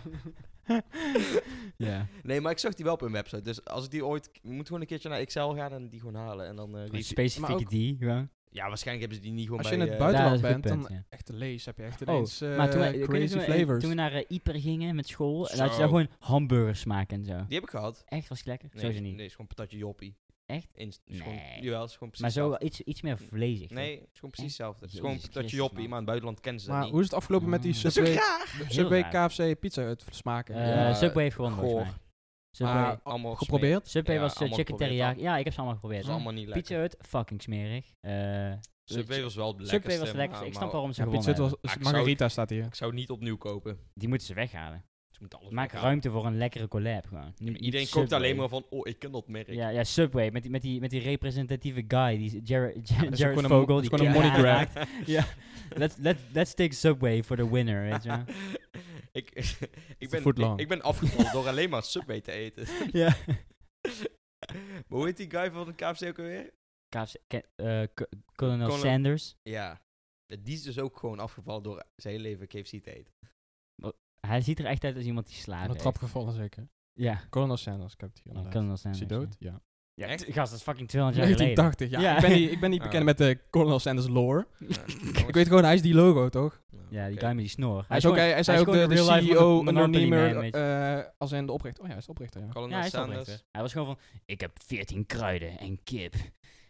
Ja. Nee, maar ik zag die wel op hun website. Dus als ik die ooit... Ik moet gewoon een keertje naar Excel gaan en die gewoon halen. En dan... Een Maar specifieke ook- die, gewoon. ja, waarschijnlijk hebben ze die niet gewoon Als je bij... in het Daar buitenland is een bent, goed dan punt, ja. echt te lees heb je echt Oh, ineens maar crazy flavors. toen we naar Ieper gingen met school, Zo. dan had je daar gewoon hamburgers maken en zo. Die heb ik gehad. Echt, was het lekker? Nee, Sowieso niet. Nee, het is gewoon patatje joppie. Echt? Is Nee. gewoon, jawel, het is gewoon Maar precies zo hetzelfde. iets meer vlezig. Nee, het is gewoon precies hetzelfde. Het is gewoon Jezus patatje Christus, joppie, man. maar in het buitenland kennen ze dat Maar niet. hoe is het afgelopen met die Dat Dat is toch Subway, raar? Heel Subway raar. KFC pizza uit smaken? Ja, Subway heeft gewonnen volgens goor. mij. Subway, Maar Allemaal geprobeerd? Subway Ja, was allemaal chicken geprobeerd teriyaki. dan. Ja, ik heb ze allemaal geprobeerd. Dat is allemaal niet lekker. Pizza Hut, fucking smerig. Subway was wel het lekkerste. Subway was lekker. Ik snap waarom ze Ja, gewonnen pizza hebben. was Maar ik zou- Margarita staat hier. Ik zou het niet opnieuw kopen. Die moeten ze weghalen. Ze moeten alles Maak weghalen. ruimte voor een lekkere collab gewoon. Iedereen Subway. koopt alleen maar van, ik ken dat merk. Ja, Subway, met die representatieve guy, die Jared dat is Jared gewoon een Vogel. dat is die gewoon een kinderen money grab. aanraakt. Ja, let's take Subway for the winner, weet je wel. ik footlong. ben afgevallen door alleen maar Subway te eten. Ja. Maar hoe heet die guy van de KFC ook alweer? Colonel Colonel- Sanders. Ja. Die is dus ook gewoon afgevallen door zijn hele leven KFC te eten. Hij ziet er echt uit als iemand die slaap Aan de heeft. trap gevallen zeker. Ja, Colonel Sanders, ik heb het hier ja, inderdaad. Colonel Is Sanders. hij dood? Ja. Ja, Echt? gast, dat is fucking 200 jaar geleden. 1980, ja. Ja. Ik ben niet bekend Ah. met de Colonel Sanders lore. Ja, Ik weet gewoon, hij is die logo, toch? Ja, die oké. guy met die snor. Hij zei ook gewoon de real life CEO, Monopoly anoniemer, man, weet je. als in de oprichter. Oh ja, hij is de oprichter, ja. Colonel Ja, hij is Sanders. oprechter. Hij was gewoon van, ik heb 14 kruiden en kip.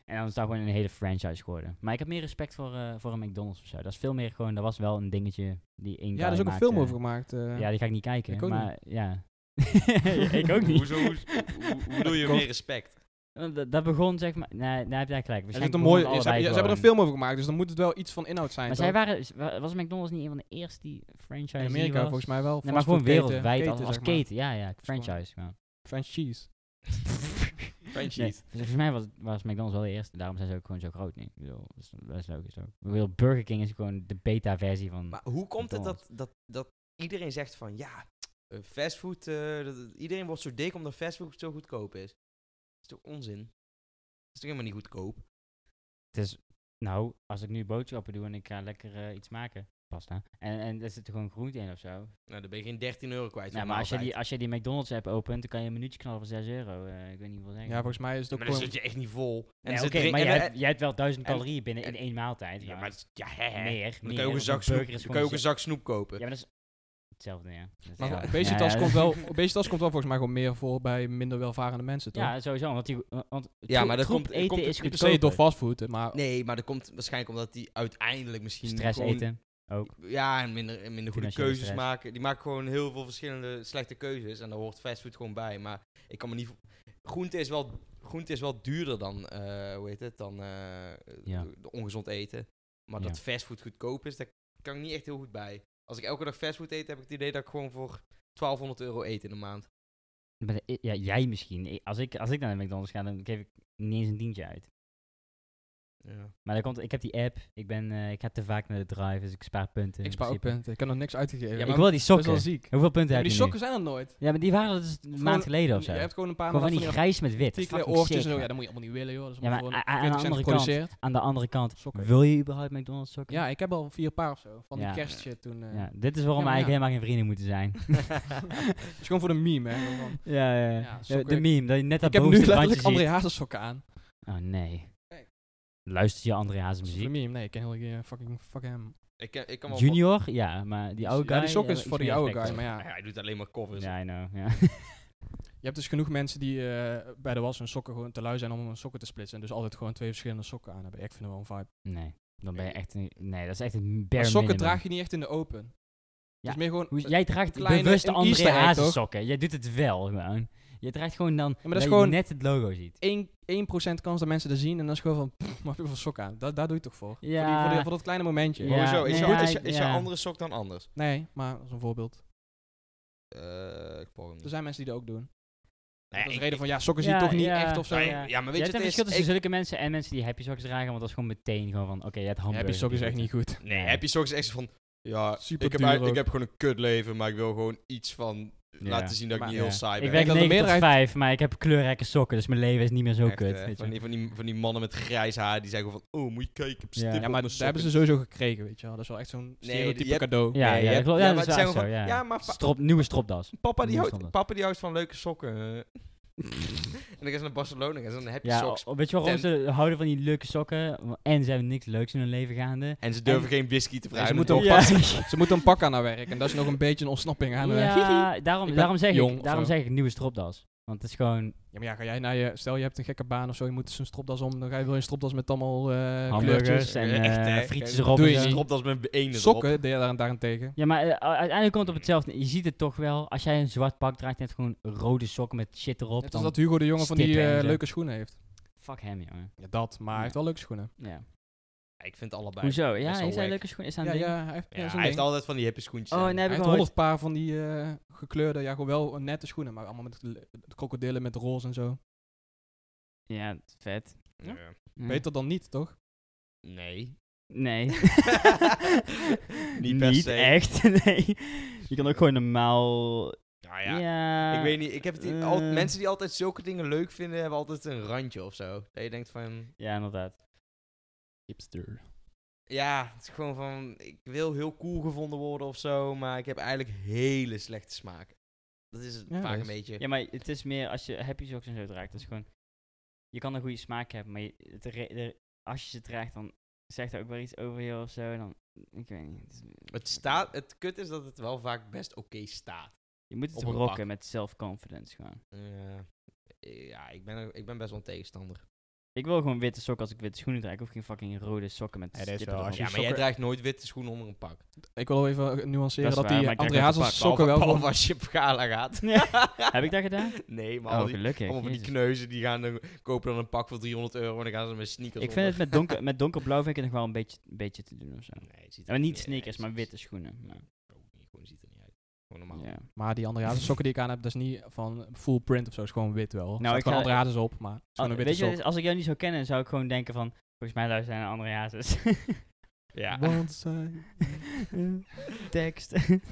En dan is dat gewoon een hele franchise geworden. Maar ik heb meer respect voor een McDonald's of zo. Dat is veel meer gewoon, dat was wel een dingetje die één Ja, er is ook een film over gemaakt. Ja, die ga ik niet kijken. Ik ook maar ja. Ik ook niet. Hoe bedoel je meer respect? Dat begon zeg maar... Nee, daar heb jij gelijk. Er zit Waarschijnlijk een begonnen mooie, ze allebei hebben er een gewoon. film over gemaakt, dus dan moet het wel iets van inhoud zijn. Maar toch? zij waren... Was McDonald's niet een van de eerste die franchise in Amerika was? volgens mij wel. Nee, maar gewoon fastfoodketen, wereldwijd keten, als zeg maar. keten. Ja, franchise. Gewoon. French cheese. Franchise. Nee, volgens mij was McDonald's wel de eerste. Daarom zijn ze ook gewoon zo groot nu. Ik bedoel, dat is logisch ook. Ik bedoel, Burger King is gewoon de beta-versie van... Maar hoe komt het McDonald's. dat iedereen zegt van ja, fastfood, iedereen wordt zo dik omdat fastfood zo goedkoop is? Dat is toch onzin? Dat is toch helemaal niet goedkoop? Het is... Nou, als ik nu boodschappen doe en ik ga lekker iets maken, pasta, en er zit er gewoon groente in of zo. Nou, dan ben je geen 13 euro kwijt voor Ja, een maar maaltijd. als je die McDonald's app opent, dan kan je een minuutje knallen voor €6. Ik weet niet hoeveel zeggen. Ja, volgens mij is het ook Maar dan gewoon... zit je echt niet vol. En Nee, er zit oké, maar en- jij hebt wel 1000 en- calorieën binnen in één maaltijd. Ja, maar maar ja, hè. meer. Dan kan je ook een want zak een snoep, burger is dan kan je ook gewoon een zak snoep kopen. Ja, maar dat is hetzelfde, ja. Dat is Maar hetzelfde. obesitas, Ja, komt wel, obesitas komt wel volgens mij gewoon meer voor bij minder welvarende mensen, toch? Ja, sowieso, want Ja, maar dat troep komt- eten komt- is Niet per se door goedkoper. fastfood, maar Nee, maar dat komt waarschijnlijk omdat die uiteindelijk misschien Stress gewoon, eten, ook. Ja, en minder goede Financiële keuzes stress. maken. Die maken gewoon heel veel verschillende slechte keuzes. En daar hoort fastfood gewoon bij. Maar ik kan me niet... Groente is wel duurder dan, hoe heet het, dan Ja. ongezond eten. Maar Ja. dat fastfood goedkoop is, daar kan ik niet echt heel goed bij. Als ik elke dag fastfood eet, heb ik het idee dat ik gewoon voor €1200 eet in de maand. Ja, jij misschien. Als ik dan naar McDonald's ga, dan geef ik niet eens een tientje uit. Ja. Maar ik heb die app, ik ga te vaak naar de drive, dus ik spaar punten. ik in spaar ook principe. punten. Ik heb nog niks uitgegeven. Ja, Ik maar wil die dat is wel sokken. ziek. Hoeveel punten Maar heb die je nu? sokken zijn er nooit. Ja, maar die waren er dus een maand geleden of zo. Je hebt gewoon een paar Gewoon van die van grijs met wit. Dat is artikelen, fucking oortjes sick, en zo. man. Ja, dat moet je allemaal niet willen, joh. Dat is Ja, maar allemaal voor aan de 40 cent andere kant, geproduceerd. aan de andere kant, Sokken. wil je überhaupt McDonald's sokken? Ja, ik heb al 4 paar of zo. Van Ja. die kerstshit toen. Ja, dit is waarom Ja, we maar eigenlijk helemaal geen vrienden moeten zijn. Het is gewoon voor de meme, hè. Van, ja. Ja, De sokken. meme, dat je net dat ik heb nu bovenste letterlijk randje André ziet. Hazes sokken aan. Oh nee. Nee. Luister je André Hazes Dat is voor de muziek? meme. Nee, ik ken heel fuck hem. Ik kan wel Junior? Ja, maar die oude guy... Ja, die sok is iets voor die meer oude respect guy, voor. maar ja. hij doet alleen maar covers. Ja, I know. Ja. Je hebt dus genoeg mensen die bij de was hun sokken gewoon te lui zijn om hun sokken te splitsen. En dus altijd gewoon 2 verschillende sokken aan hebben. Ik vind het wel een vibe. Nee, dan ben je echt... Nee, dat is echt een Maar bare sokken minimum. draag je niet echt in de open. Ja, Het is meer gewoon... Jij draagt kleine- bewust de een André Easter egg, Hazes toch? sokken. Jij doet het wel gewoon. Je draagt gewoon dan maar dat is dat je gewoon- net het logo ziet. 1% kans dat mensen dat zien en dan is gewoon van... Pff, maar heb je voor sokken aan? Daar doe je het toch voor? Ja. Voor dat kleine momentje. Ja. Hoezo? Is, nee, is jouw ja. andere sok dan anders? Nee, maar als een voorbeeld. Ik volg hem niet. Er zijn mensen die dat ook doen. Nee, dat is ik- de reden van, ja, sokken zie Ja, je toch niet ja. echt of zo. Nee, Ja. ja, maar Je weet hebt je, een het verschil is... tussen zulke mensen en mensen die happy socks dragen, want dat is gewoon meteen gewoon van, oké, je hebt hamburgers. Happy sokken is echt niet goed. Nee, heb je soms echt zo van... Ja, Super ik heb, duur eigenlijk- ook. ik heb gewoon een kut leven, maar ik wil gewoon iets van... Ja. Laten zien dat ik Maar- niet heel Ja. saai Ik ben. werk dat de 9 tot meerderheid- 5, maar ik heb kleurrijke sokken, dus mijn leven is niet meer zo Echt, kut. hè, Weet je van, wel. van die mannen met grijs haar die zeggen van... Oh, moet je kijken, ik heb Ja. stip Ja, op maar mijn dat hebben ze sokken. sowieso gekregen, weet je wel. Dat is wel echt zo'n Nee, stereotype je hebt- cadeau. Ja, Nee, je ja, hebt- klopt. ja, Ja, maar dat het is zijn wel gewoon zo, van- ja. ja, maar Nieuwe stropdas. papa die Nieuwe stropdas. houdt van leuke sokken. En dan gaan ze naar Barcelona en dan heb je Ja, socks. weet je waarom ze houden van die leuke sokken? En ze hebben niks leuks in hun leven gaande. En ze durven geen whisky te Nee, vragen. ze moeten Ja. ze moeten een pak aan naar werk. En dat is nog een beetje een ontsnapping aan. Ja, daarom, Ik ben daarom, zeg, jong ik, of daarom zo. zeg ik nieuwe stropdas. Want het is gewoon Ja, maar ja, ga jij naar je... Stel, je hebt een gekke baan of zo, je moet dus een stropdas om. Dan wil je een stropdas met allemaal hamburgers kleurtjes. en Echt, hè? frietjes Kijk, erop. doe en je zo. niet. Stropdas met ene Sokken, daarentegen. Ja, maar uiteindelijk komt het op hetzelfde. Je ziet het toch wel. Als jij een zwart pak draagt, net gewoon rode sokken met shit erop. Net dan als dat Hugo de Jonge van die stippen en zo. leuke schoenen heeft. Fuck hem, jongen. Ja, dat. Maar hij heeft wel leuke schoenen. Ja. Ik vind allebei. Hoezo? Ja, best wel heeft hij wack. leuke schoenen? Is dat Ja, een ding? ja, hij heeft, Ja, zo'n hij heeft ding. altijd van die hippe schoentjes. Oh, aan. nee, Hij heb ik heeft wel 100 paar van die gekleurde, ja, gewoon wel nette schoenen. Maar allemaal met de krokodillen met roze en zo. Ja, vet. Ja. Ja. Beter dan niet, toch? Nee. Nee. Niet per se. echt, nee. Je kan ook gewoon normaal... Nou ja, Ja. ik weet niet. Ik heb het eh. mensen die altijd zulke dingen leuk vinden, hebben altijd een randje of zo. Dat je denkt van... Ja, inderdaad. Hipster. Ja, het is gewoon van... Ik wil heel cool gevonden worden of zo, maar ik heb eigenlijk hele slechte smaak. Dat is het Ja, vaak dat een is- beetje. Ja, maar het is meer als je happy socks en zo draagt. Dat is gewoon... Je kan een goede smaak hebben, maar als je ze draagt, dan zegt er ook wel iets over je of zo. Dan, ik weet niet. Het kut is dat het wel vaak best oké staat. Je moet het op een rocken pak. met self-confidence gewoon. Ja, ik ben best wel een tegenstander. Ik wil gewoon witte sokken als ik witte schoenen draag. Ik hoef geen fucking rode sokken met Ja, dat is stippen wel, als erop. je Ja, maar jij sokken- draagt nooit witte schoenen onder een pak. Ik wil even nuanceren Dat dat, is waar, die maar ik draag André ook een Hazes pak, sokken wel Behalve gewoon... als je op gala gaat. Heb ik dat gedaan? Nee, maar Oh, al die, gelukkig. allemaal van die Jezus. kneuzen die gaan dan kopen dan een pak voor €300 en dan gaan ze met sneakers Ik vind het onder. met donkerblauw vind ik het nog wel een beetje te doen of zo. Nee, het ziet er Maar niet nee, sneakers, nee, maar het witte schoenen. Maar, Gewoon ziet er niet uit. Gewoon normaal. ja. Maar die André Hazes sokken die ik aan heb, dat is niet van full print of zo. Het is gewoon wit wel. Er Nou, staat ik gewoon ga- André Hazes op, maar het is gewoon een witte Weet je, sok. wat het is? Als ik jou niet zou kennen, zou ik gewoon denken van... Volgens mij luisteren naar André Hazes. Ja. Want zij... Tekst.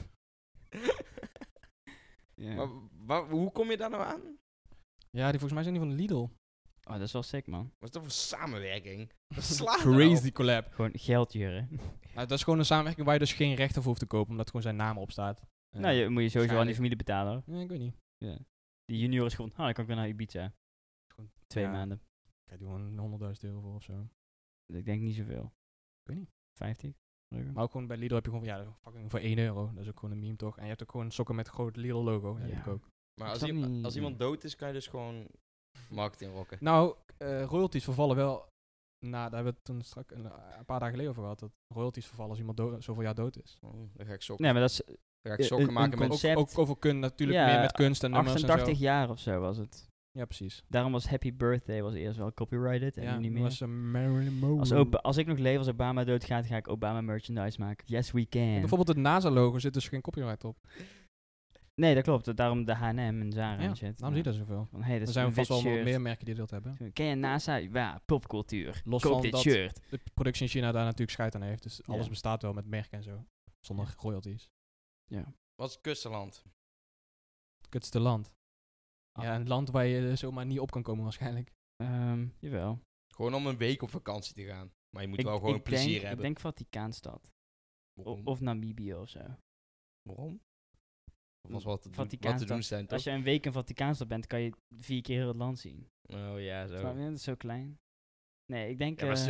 Ja. Maar hoe kom je daar nou aan? Ja, die volgens mij zijn die van de Lidl. Oh, dat is wel sick, man. Wat is dat voor samenwerking? Dat slaat Crazy collab. Gewoon geld juren. Nou, dat is gewoon een samenwerking waar je dus geen rechten voor hoeft te kopen, omdat gewoon zijn naam op staat. Nou, je moet je sowieso aan die waarschijnlijk. familie betalen, hoor. Ja, ik weet niet. Ja. Die junior is gewoon... dan kan ik weer naar Ibiza. Gewoon 2 ja. maanden. Krijg je gewoon €100.000 voor of zo. Ik denk niet zoveel. Ik weet niet. 50 euro. Maar ook gewoon bij Lidl heb je gewoon van, ja, fucking voor €1. Dat is ook gewoon een meme toch? En je hebt ook gewoon sokken met groot Lidl logo. Ja, die heb ik Ja. ook. Maar Ik als, snap niet- als iemand dood is, kan je dus gewoon marketing rocken. Nou, royalties vervallen wel... Nou, daar hebben we het toen straks een paar dagen geleden over gehad. Dat royalties vervallen als iemand zoveel jaar dood is. Dan ga ik sokken, Nee, maar dat is dan ga ik sokken een maken met... concept. Ook over kunst natuurlijk, Ja, meer met kunst en nummers en 88 zo. jaar of zo was het. Ja, precies. Daarom was Happy Birthday was eerst wel copyrighted en Ja, nu niet dat meer. was Marilyn Monroe. Als ik nog leef, als Obama doodgaat, ga ik Obama merchandise maken. Yes, we can. Bijvoorbeeld het NASA-logo zit dus geen copyright op. Nee, dat klopt. Daarom de H&M en Zara Ja, en shit. daarom zie je dat zoveel. Van, hey, dat Er is zijn een vast wel wit shirt. meer merken die dat hebben. Ken je NASA? Ja, popcultuur. Los Koop van dit dat shirt. de productie in China daar natuurlijk scheid aan heeft. Dus alles Ja. bestaat wel met merken en zo. Zonder royalties. Ja. Wat is het kustland? Het kutste land. Ja, een land waar je zomaar niet op kan komen waarschijnlijk. Jawel. Gewoon om een week op vakantie te gaan. Maar je moet wel gewoon plezier denk, hebben. Ik denk Vaticaanstad. Waarom? Of Namibië of zo. Waarom? Of als wat te doen Vaticaanstad. zijn, toch? Als je een week in Vaticaanstad bent, kan je 4 keer heel het land zien. Oh ja, zo. Snap je? Dat is zo klein. Nee, ik denk, Ja, maar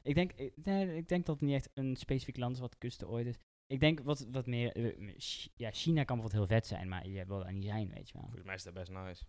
ik denk dat het niet echt een specifiek land is wat kusten ooit is. Ik denk wat meer... ja, China kan bijvoorbeeld heel vet zijn, maar je wil daar niet zijn, weet je wel. volgens mij is dat best nice.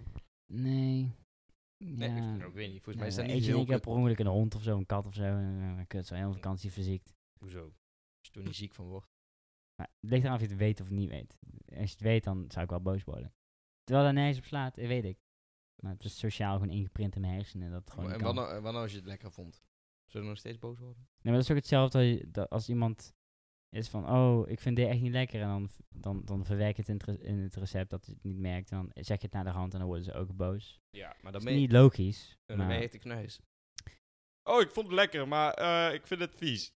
Nee. Nee, Ja. ik weet niet. Volgens mij Ja, is dat eet niet je in heel één keer kut. per ongeluk een hond of zo, een kat of zo. En kut, zo heel vakantie verziekt. Hoezo? Als je er niet ziek van wordt. Maar het ligt eraan of je het weet of niet weet. Als je het weet, dan zou ik wel boos worden. Terwijl dat nergens op slaat, dat weet ik. Maar het is sociaal gewoon ingeprint in mijn hersenen. Dat het gewoon En niet kan. wat nou als je het lekker vond? Zullen we nog steeds boos worden? Nee, maar dat is ook hetzelfde als iemand is van, oh, ik vind dit echt niet lekker. En dan verwerk je het in het recept dat je het niet merkt. En dan zeg je het naar de hand en dan worden ze ook boos. Ja, maar Dat dan is ben je, niet logisch. dan maar ben je echt een kneus. Oh, ik vond het lekker, maar ik vind het vies.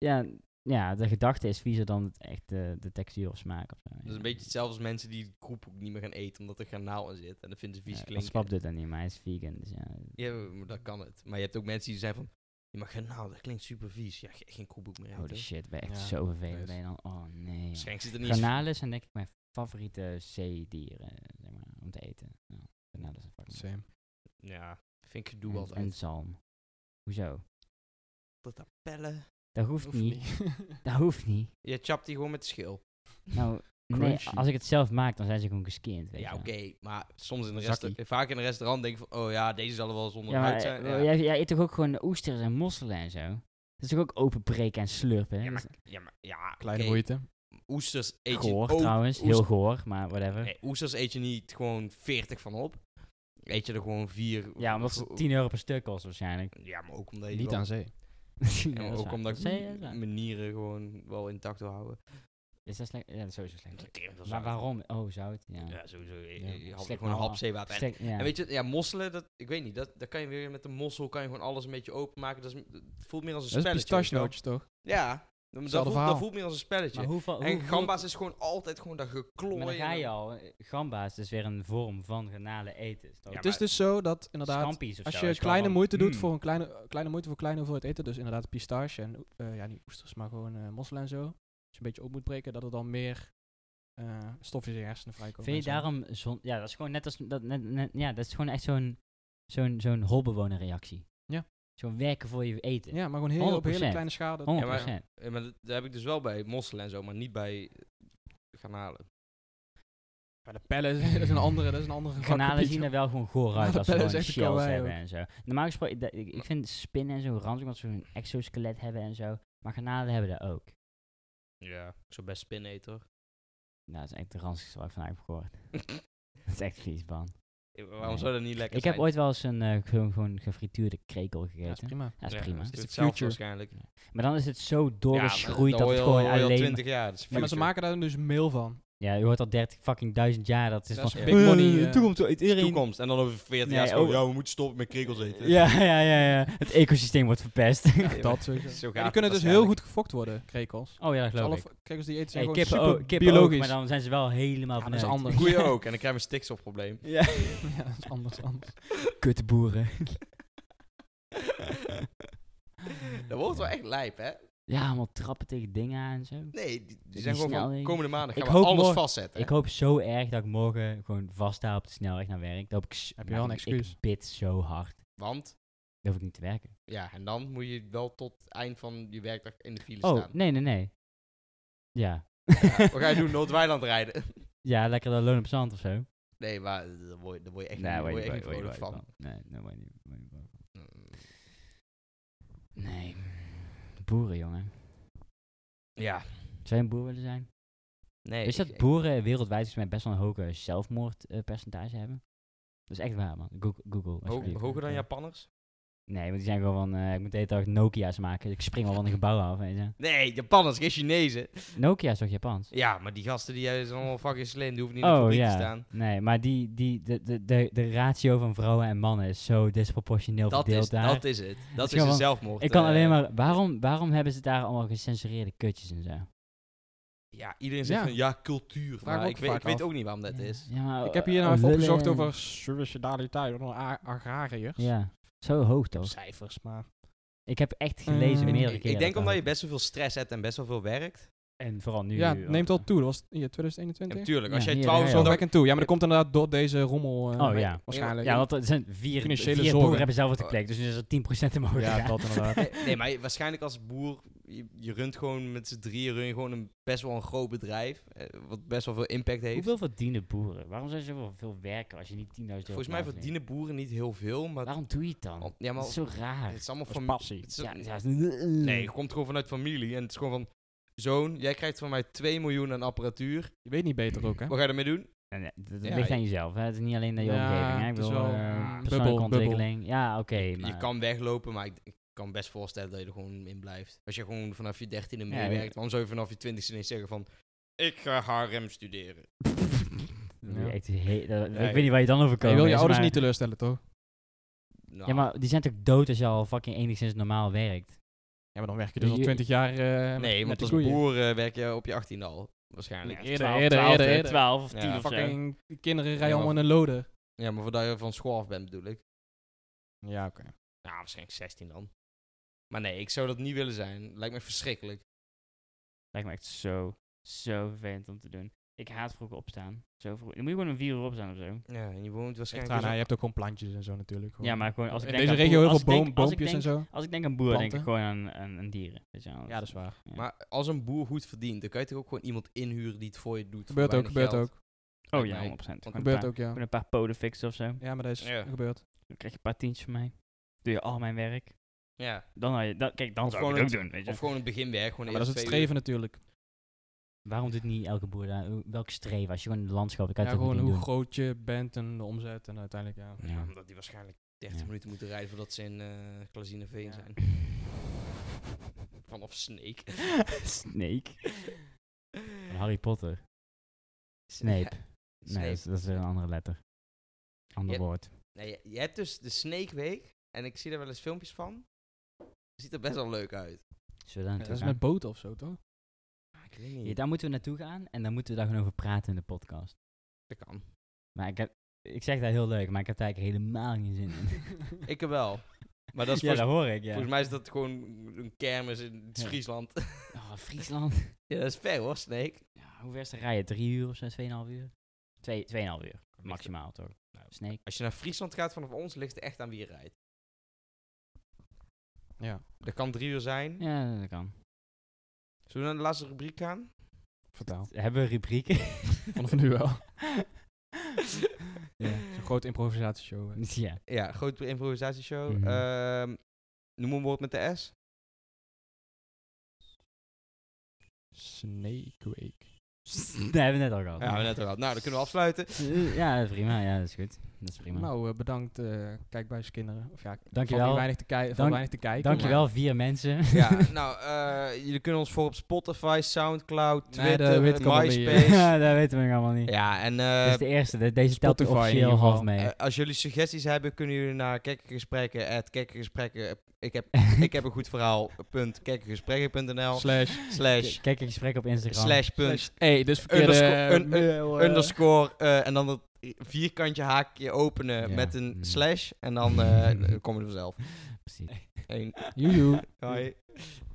ja, de gedachte is viezer dan het echt de textuur of smaak. Of zo. Dat is een beetje hetzelfde als mensen die kroephoek niet meer gaan eten omdat er garnaal in zit. En dat vinden ze vies Ja, klinken. Swap doet dat niet, maar hij is vegan. Dus ja. Ja, maar dat kan het. Maar je hebt ook mensen die zijn van... Ja, maar garnaal, dat klinkt super vies. Ja, geen kroephoek meer eten. Holy shit, ben je echt Ja, zo vervelend. dus. Ben je dan, oh nee. Waarschijnlijk zit er niet eens... Garnalen zijn denk ik mijn favoriete zeedieren, zeg maar, om te eten. Ja, garnalen zijn fucking Same. Ja, vind ik gedoe en, altijd. en zalm. Hoezo? Dat pellen. Dat hoeft Hoeft niet. Dat hoeft niet. Je chapt die gewoon met de schil. Nou, nee, Crunchy. als ik het zelf maak, dan zijn ze gewoon geskind, weet Ja, je wel. oké. Maar soms in Zakkie. vaak in een restaurant denk ik van... Oh ja, deze zal er wel zonder Ja, huid maar zijn. jij eet toch ook gewoon oesters en mosselen en zo? Dat is toch ook openbreken en slurpen? Ja, Dat maar, is Kleine oké. moeite. Oesters eet je goor ook... trouwens, heel goor, maar whatever. Nee, oesters eet je niet gewoon 40 van op. Eet je er gewoon 4... Ja, omdat ze €10 per stuk kost waarschijnlijk. Ja, maar ook omdat je Niet wel- aan zee. Ja, Ja, dat maar is ook waar. omdat Dat is waar. ik mijn nieren gewoon wel intact wil houden. Is dat slecht? Ja, dat is sowieso slecht. Tering veel Maar zout. waarom? Oh, zout. Ja. Ja, sowieso. Ja. Je haalt Slik gewoon een maar hap zeewater. En, Slecht, ja. en weet je, ja, mosselen, dat, ik weet niet, dat kan je weer met een mossel, kan je gewoon alles een beetje openmaken. Dat voelt meer als een Dat is spelletje. weet je wel. pistachenootjes toch? Ja, dat Hetzelfde voelt, dat verhaal. voelt meer als een spelletje. Maar hoeveel, En hoeveel- gamba's is gewoon altijd gewoon dat geklooi. Maar dan ga en je dan- al. Gamba's is weer een vorm van garnalen eten. Is toch? Ja, Het is dus zo dat inderdaad... Scampi's of Als zo, je is gewoon kleine van, moeite doet hmm. voor een kleine moeite voor kleine hoeveelheid eten, dus inderdaad pistache en ja, niet oesters, maar gewoon mosselen en zo. Als je een beetje op moet breken, dat er dan meer stofjes in je hersenen vrijkomen. Vind je en zo. daarom ja, dat is gewoon net als ja, dat is gewoon echt zo'n holbewoner reactie. Ja. Zo'n werken voor je eten. Ja, maar gewoon heel, op 100%. hele kleine schaal. Dat, 100%. Ja, maar dat heb ik dus wel bij mosselen en zo, maar niet bij garnalen. Ja, de pellen dat is een andere Garnalen vakgebied, zien er joh. wel gewoon goor uit de als ze pellen gewoon is echt shells kawaii hebben ook. en zo. Normaal gesproken, ik vind spinnen en zo ranzig, omdat ze een exoskelet hebben en zo. Maar garnalen hebben dat ook. Ja, ik zou best spinnen eten, hoor. Nou, dat is echt de ranzigste waar ik van heb gehoord. Dat is echt vies, man. Waarom Nee. zou dat niet lekker Ik zijn? heb ooit wel eens een gewoon gefrituurde krekel Ja, dat is gegeten. prima. Ja, dat is Ja, prima. dat Is is de hetzelfde future. waarschijnlijk. Maar dan is het zo doorgeschroeid maar dat het gewoon hoor je al alleen... 20 jaar. Dat is Ja, maar ze future. maken daar dus mail van. Ja, je hoort al 30.000 jaar. Dat is Dat van... is big money, toekomst, iedereen... Toekomst. En dan over 40 Nee, jaar is het gewoon, oh. ja, we moeten stoppen met krekels eten. Ja. Het ecosysteem wordt verpest. Dat sowieso. Zo Ja, gaat die kunnen het dus heel goed gefokt worden, krekels. Oh ja, dat Dus geloof alle ik. krekels die je eet zijn Hey, gewoon kippen, super ook, kippen ook, biologisch. maar dan zijn ze wel helemaal Ja, dat is verneukt. anders. Koeien ook. En dan krijg je een stikstofprobleem. Ja. Ja, dat is anders. Kutboeren. Dat wordt wel echt lijp, hè? Ja, allemaal trappen tegen dingen aan en zo. Nee, die Die zijn gewoon van snelwegen. komende maanden Ik gaan we hoop alles morgen- vastzetten. Ik hoop zo erg dat ik morgen gewoon vaststa op de snelweg naar werk. Dat hoop ik Heb je wel een ik excuus? bid zo hard. Want, Dan hoef ik niet te werken. ja, en dan moet je wel tot het eind van je werkdag in de file Oh, staan. nee. Ja. Ja, wat ga je doen? Noord-Weiland rijden? Ja, lekker de loon op zand of zo. Nee, maar daar word je echt Nee, niet, word word je je echt niet vrolijk niet van. Nee, daar word je niet vrolijk van. Nee. Boeren, jongen. Ja. Zou je een boer willen zijn? Nee. Wist je dat boeren wereldwijd volgens mij best wel een hoge zelfmoordpercentage hebben? Dat is echt waar, man. Google. alsjeblieft. Hoger dan Ja. Japanners? Nee, want die zijn gewoon van, ik moet de hele dag Nokia's maken. Ik spring wel van een gebouw af, weet je. Nee, Japanners, geen Chinezen. Nokia is toch Japans? Ja, maar die gasten die zijn allemaal fucking slim. Die hoeven niet in de fabriek te staan. Nee, maar de ratio van vrouwen en mannen is zo disproportioneel verdeeld daar. Dat is het. Dat is gewoon een van- zelfmoord. Ik kan alleen maar... Waarom hebben ze daar allemaal gecensureerde kutjes en zo? Ja, iedereen zegt Ja. van ja, cultuur. Vraag Maar ook ik weet vaak af. ook niet waarom dat Ja. is. Ja, maar, Ik heb hier nou even lullen opgezocht en- over suicidaliteit onder agrariërs. Ja, zo hoog Ik heb toch? cijfers, maar... Ik heb echt gelezen meerdere Ik keren. denk dat omdat je dat best wel veel stress hebt en best wel veel werkt. En vooral nu... Ja, het neemt al toe. Dat was 2021. Ja, natuurlijk, als Ja, jij hier, 12 daar, zo... ja. Zorgwekkend toe. Ja, maar dat komt inderdaad door deze rommel. Oh ja. Waarschijnlijk. Ja, want er zijn vier Financiële boeren zorgen. hebben zelf geklikt, dus nu is er 10% omhoog Ja, gegaan. dat inderdaad. Nee, maar waarschijnlijk als boer, je runt gewoon met z'n drieën run je gewoon best wel een groot bedrijf. Wat best wel veel impact heeft. Hoeveel verdienen boeren? Waarom zou je zoveel werken als je niet 10.000 euro Volgens mij per maand verdienen boeren niet heel veel, maar... Waarom doe je het dan? Ja, maar Dat is zo raar. het is allemaal Dat is van... passie. het is- Ja, Nee, je komt gewoon vanuit familie en het is gewoon van... Zoon, jij krijgt van mij 2 miljoen aan apparatuur. Je weet niet beter ook, hè? Wat ga je ermee doen? Nee, dat Ja, ligt je- aan jezelf. Hè. Het is niet alleen naar je Ja, omgeving. Hè. Ik het is bedoel, wel, persoonlijke bubbel. ontwikkeling. Ja, oké. Je maar kan weglopen, maar ik kan best voorstellen dat je er gewoon in blijft. Als je gewoon vanaf je 13e Ja, meewerkt, ja. waarom zou je vanaf je 20e ineens zeggen van... Ik ga HRM studeren. Dan moet je Ja. echt ik Ja, weet niet waar je dan over Je komt. wil je ouders niet teleurstellen, toch? Nou, Ja, maar die zijn toch dood als je al fucking enigszins normaal werkt? Ja, maar dan werk je dus al Je- 20 jaar nee, met want de als koeien. boer werk je op je 18e al. Waarschijnlijk. Ja. Eerder. 12 of Ja. 10 of zo. Fucking kinderen rijden Ja, allemaal in maar- een loader. Ja, maar voordat je van school af bent, bedoel ik. Ja, oké. Nou, waarschijnlijk 16 dan. Maar nee, ik zou dat niet willen zijn. Lijkt me verschrikkelijk. Lijkt me echt zo vervelend om te doen. Ik haat vroeg opstaan. Zo vroeg. Dan moet je gewoon om 4 uur opstaan of zo. Ja, en je woont Ja, waarschijnlijk... nou, je hebt ook gewoon plantjes en zo natuurlijk. Ja, maar gewoon als ik in denk deze aan regio boer- heel als veel ik denk- als ik boompjes en denk- zo. Als ik denk aan boer, denk ik Planten. gewoon aan dieren. Weet je wel. Ja, dat is waar. Ja. Maar als een boer goed verdient, dan kan je toch ook gewoon iemand inhuren die het voor je doet. Gebeurt voor ook, weinig gebeurt geld. ook. Oh ja, Nee, 100%. want Gewoon Gebeurt een ook, ja. Gewoon een paar poden fixen of zo. Ja, maar dat is Ja. gebeurd. Dan krijg je een paar tientjes van mij. Doe je al mijn werk. Ja. Dan had je, kijk, dan Of zou ik gewoon het ook doen. Weet je. Of gewoon het beginwerk. Gewoon Ja, maar dat is eerst het 2 uur. streven natuurlijk. Waarom doet niet elke boer daar? Welk streven? Als je gewoon in het landschap, dan kan Ja, je het gewoon ook hoe niet doen. groot je bent en de omzet en uiteindelijk, ja. Ja. Omdat die waarschijnlijk 30 Ja. minuten moeten rijden voordat ze in Klazineveen Ja. zijn. Vanaf Snake. Snake. Van Harry Potter. Snape. Ja, Nee, dat is weer een andere letter. Ander Je- woord. Nee, je hebt dus de Snake Week. En ik zie daar wel eens filmpjes van. Ziet er best wel leuk uit. Zullen we daar Dat naartoe is gaan? met boten of zo, toch? Ik weet niet. Ja, daar moeten we naartoe gaan en dan moeten we daar gewoon over praten in de podcast. Dat kan. Maar ik zeg dat heel leuk, maar ik heb daar eigenlijk helemaal geen zin in. Ik er wel. Maar dat is Ja, dat hoor ik, ja. volgens mij is dat gewoon een kermis in Ja. Friesland. Oh, Friesland. Ja, dat is ver hoor, Snake. Ja, hoe ver is de rijden? 3 uur of zo? 2,5 uur? 2,5 uur. Maximaal toch? Snake. Als je naar Friesland gaat vanaf ons, ligt het echt aan wie je rijdt. Ja. Dat kan 3 uur zijn. Ja, dat kan. Zullen we naar de laatste rubriek gaan? Vertel. Hebben we rubrieken? Vanaf nu wel. Ja. Zo'n grote improvisatieshow. Ja. Ja, grote improvisatieshow. Mhm. Noem een woord met de S. Snakeweek. Dat hebben we net al gehad. Ja, we net al gehad. Nou, dan kunnen we afsluiten. Ja, prima. Ja, dat is goed. Dat is prima. Nou, bedankt kijkbuiskinderen. Of ja, Dankjewel. valt weinig te kijken. Dank- weinig te kijken. Dankjewel, 4 mensen. Ja, nou, jullie kunnen ons volgen op Spotify, Soundcloud, Nee, dat Twitter, weet ik allemaal niet, MySpace. Ja, dat weten we nog allemaal niet. Ja, en Dit is de eerste. Deze telt Spotify in officieel ieder geval. half mee. als jullie suggesties hebben, kunnen jullie naar kekkergesprekken. Ik heb een goed verhaal. .kekkergesprekken.nl Slash. Kijk een gesprek op Instagram. slash punt Hey, dus underscore en dan dat vierkantje haakje openen Ja, met een mm. slash en dan komen we er vanzelf. Precies. Eén. Joejoe. Hoi.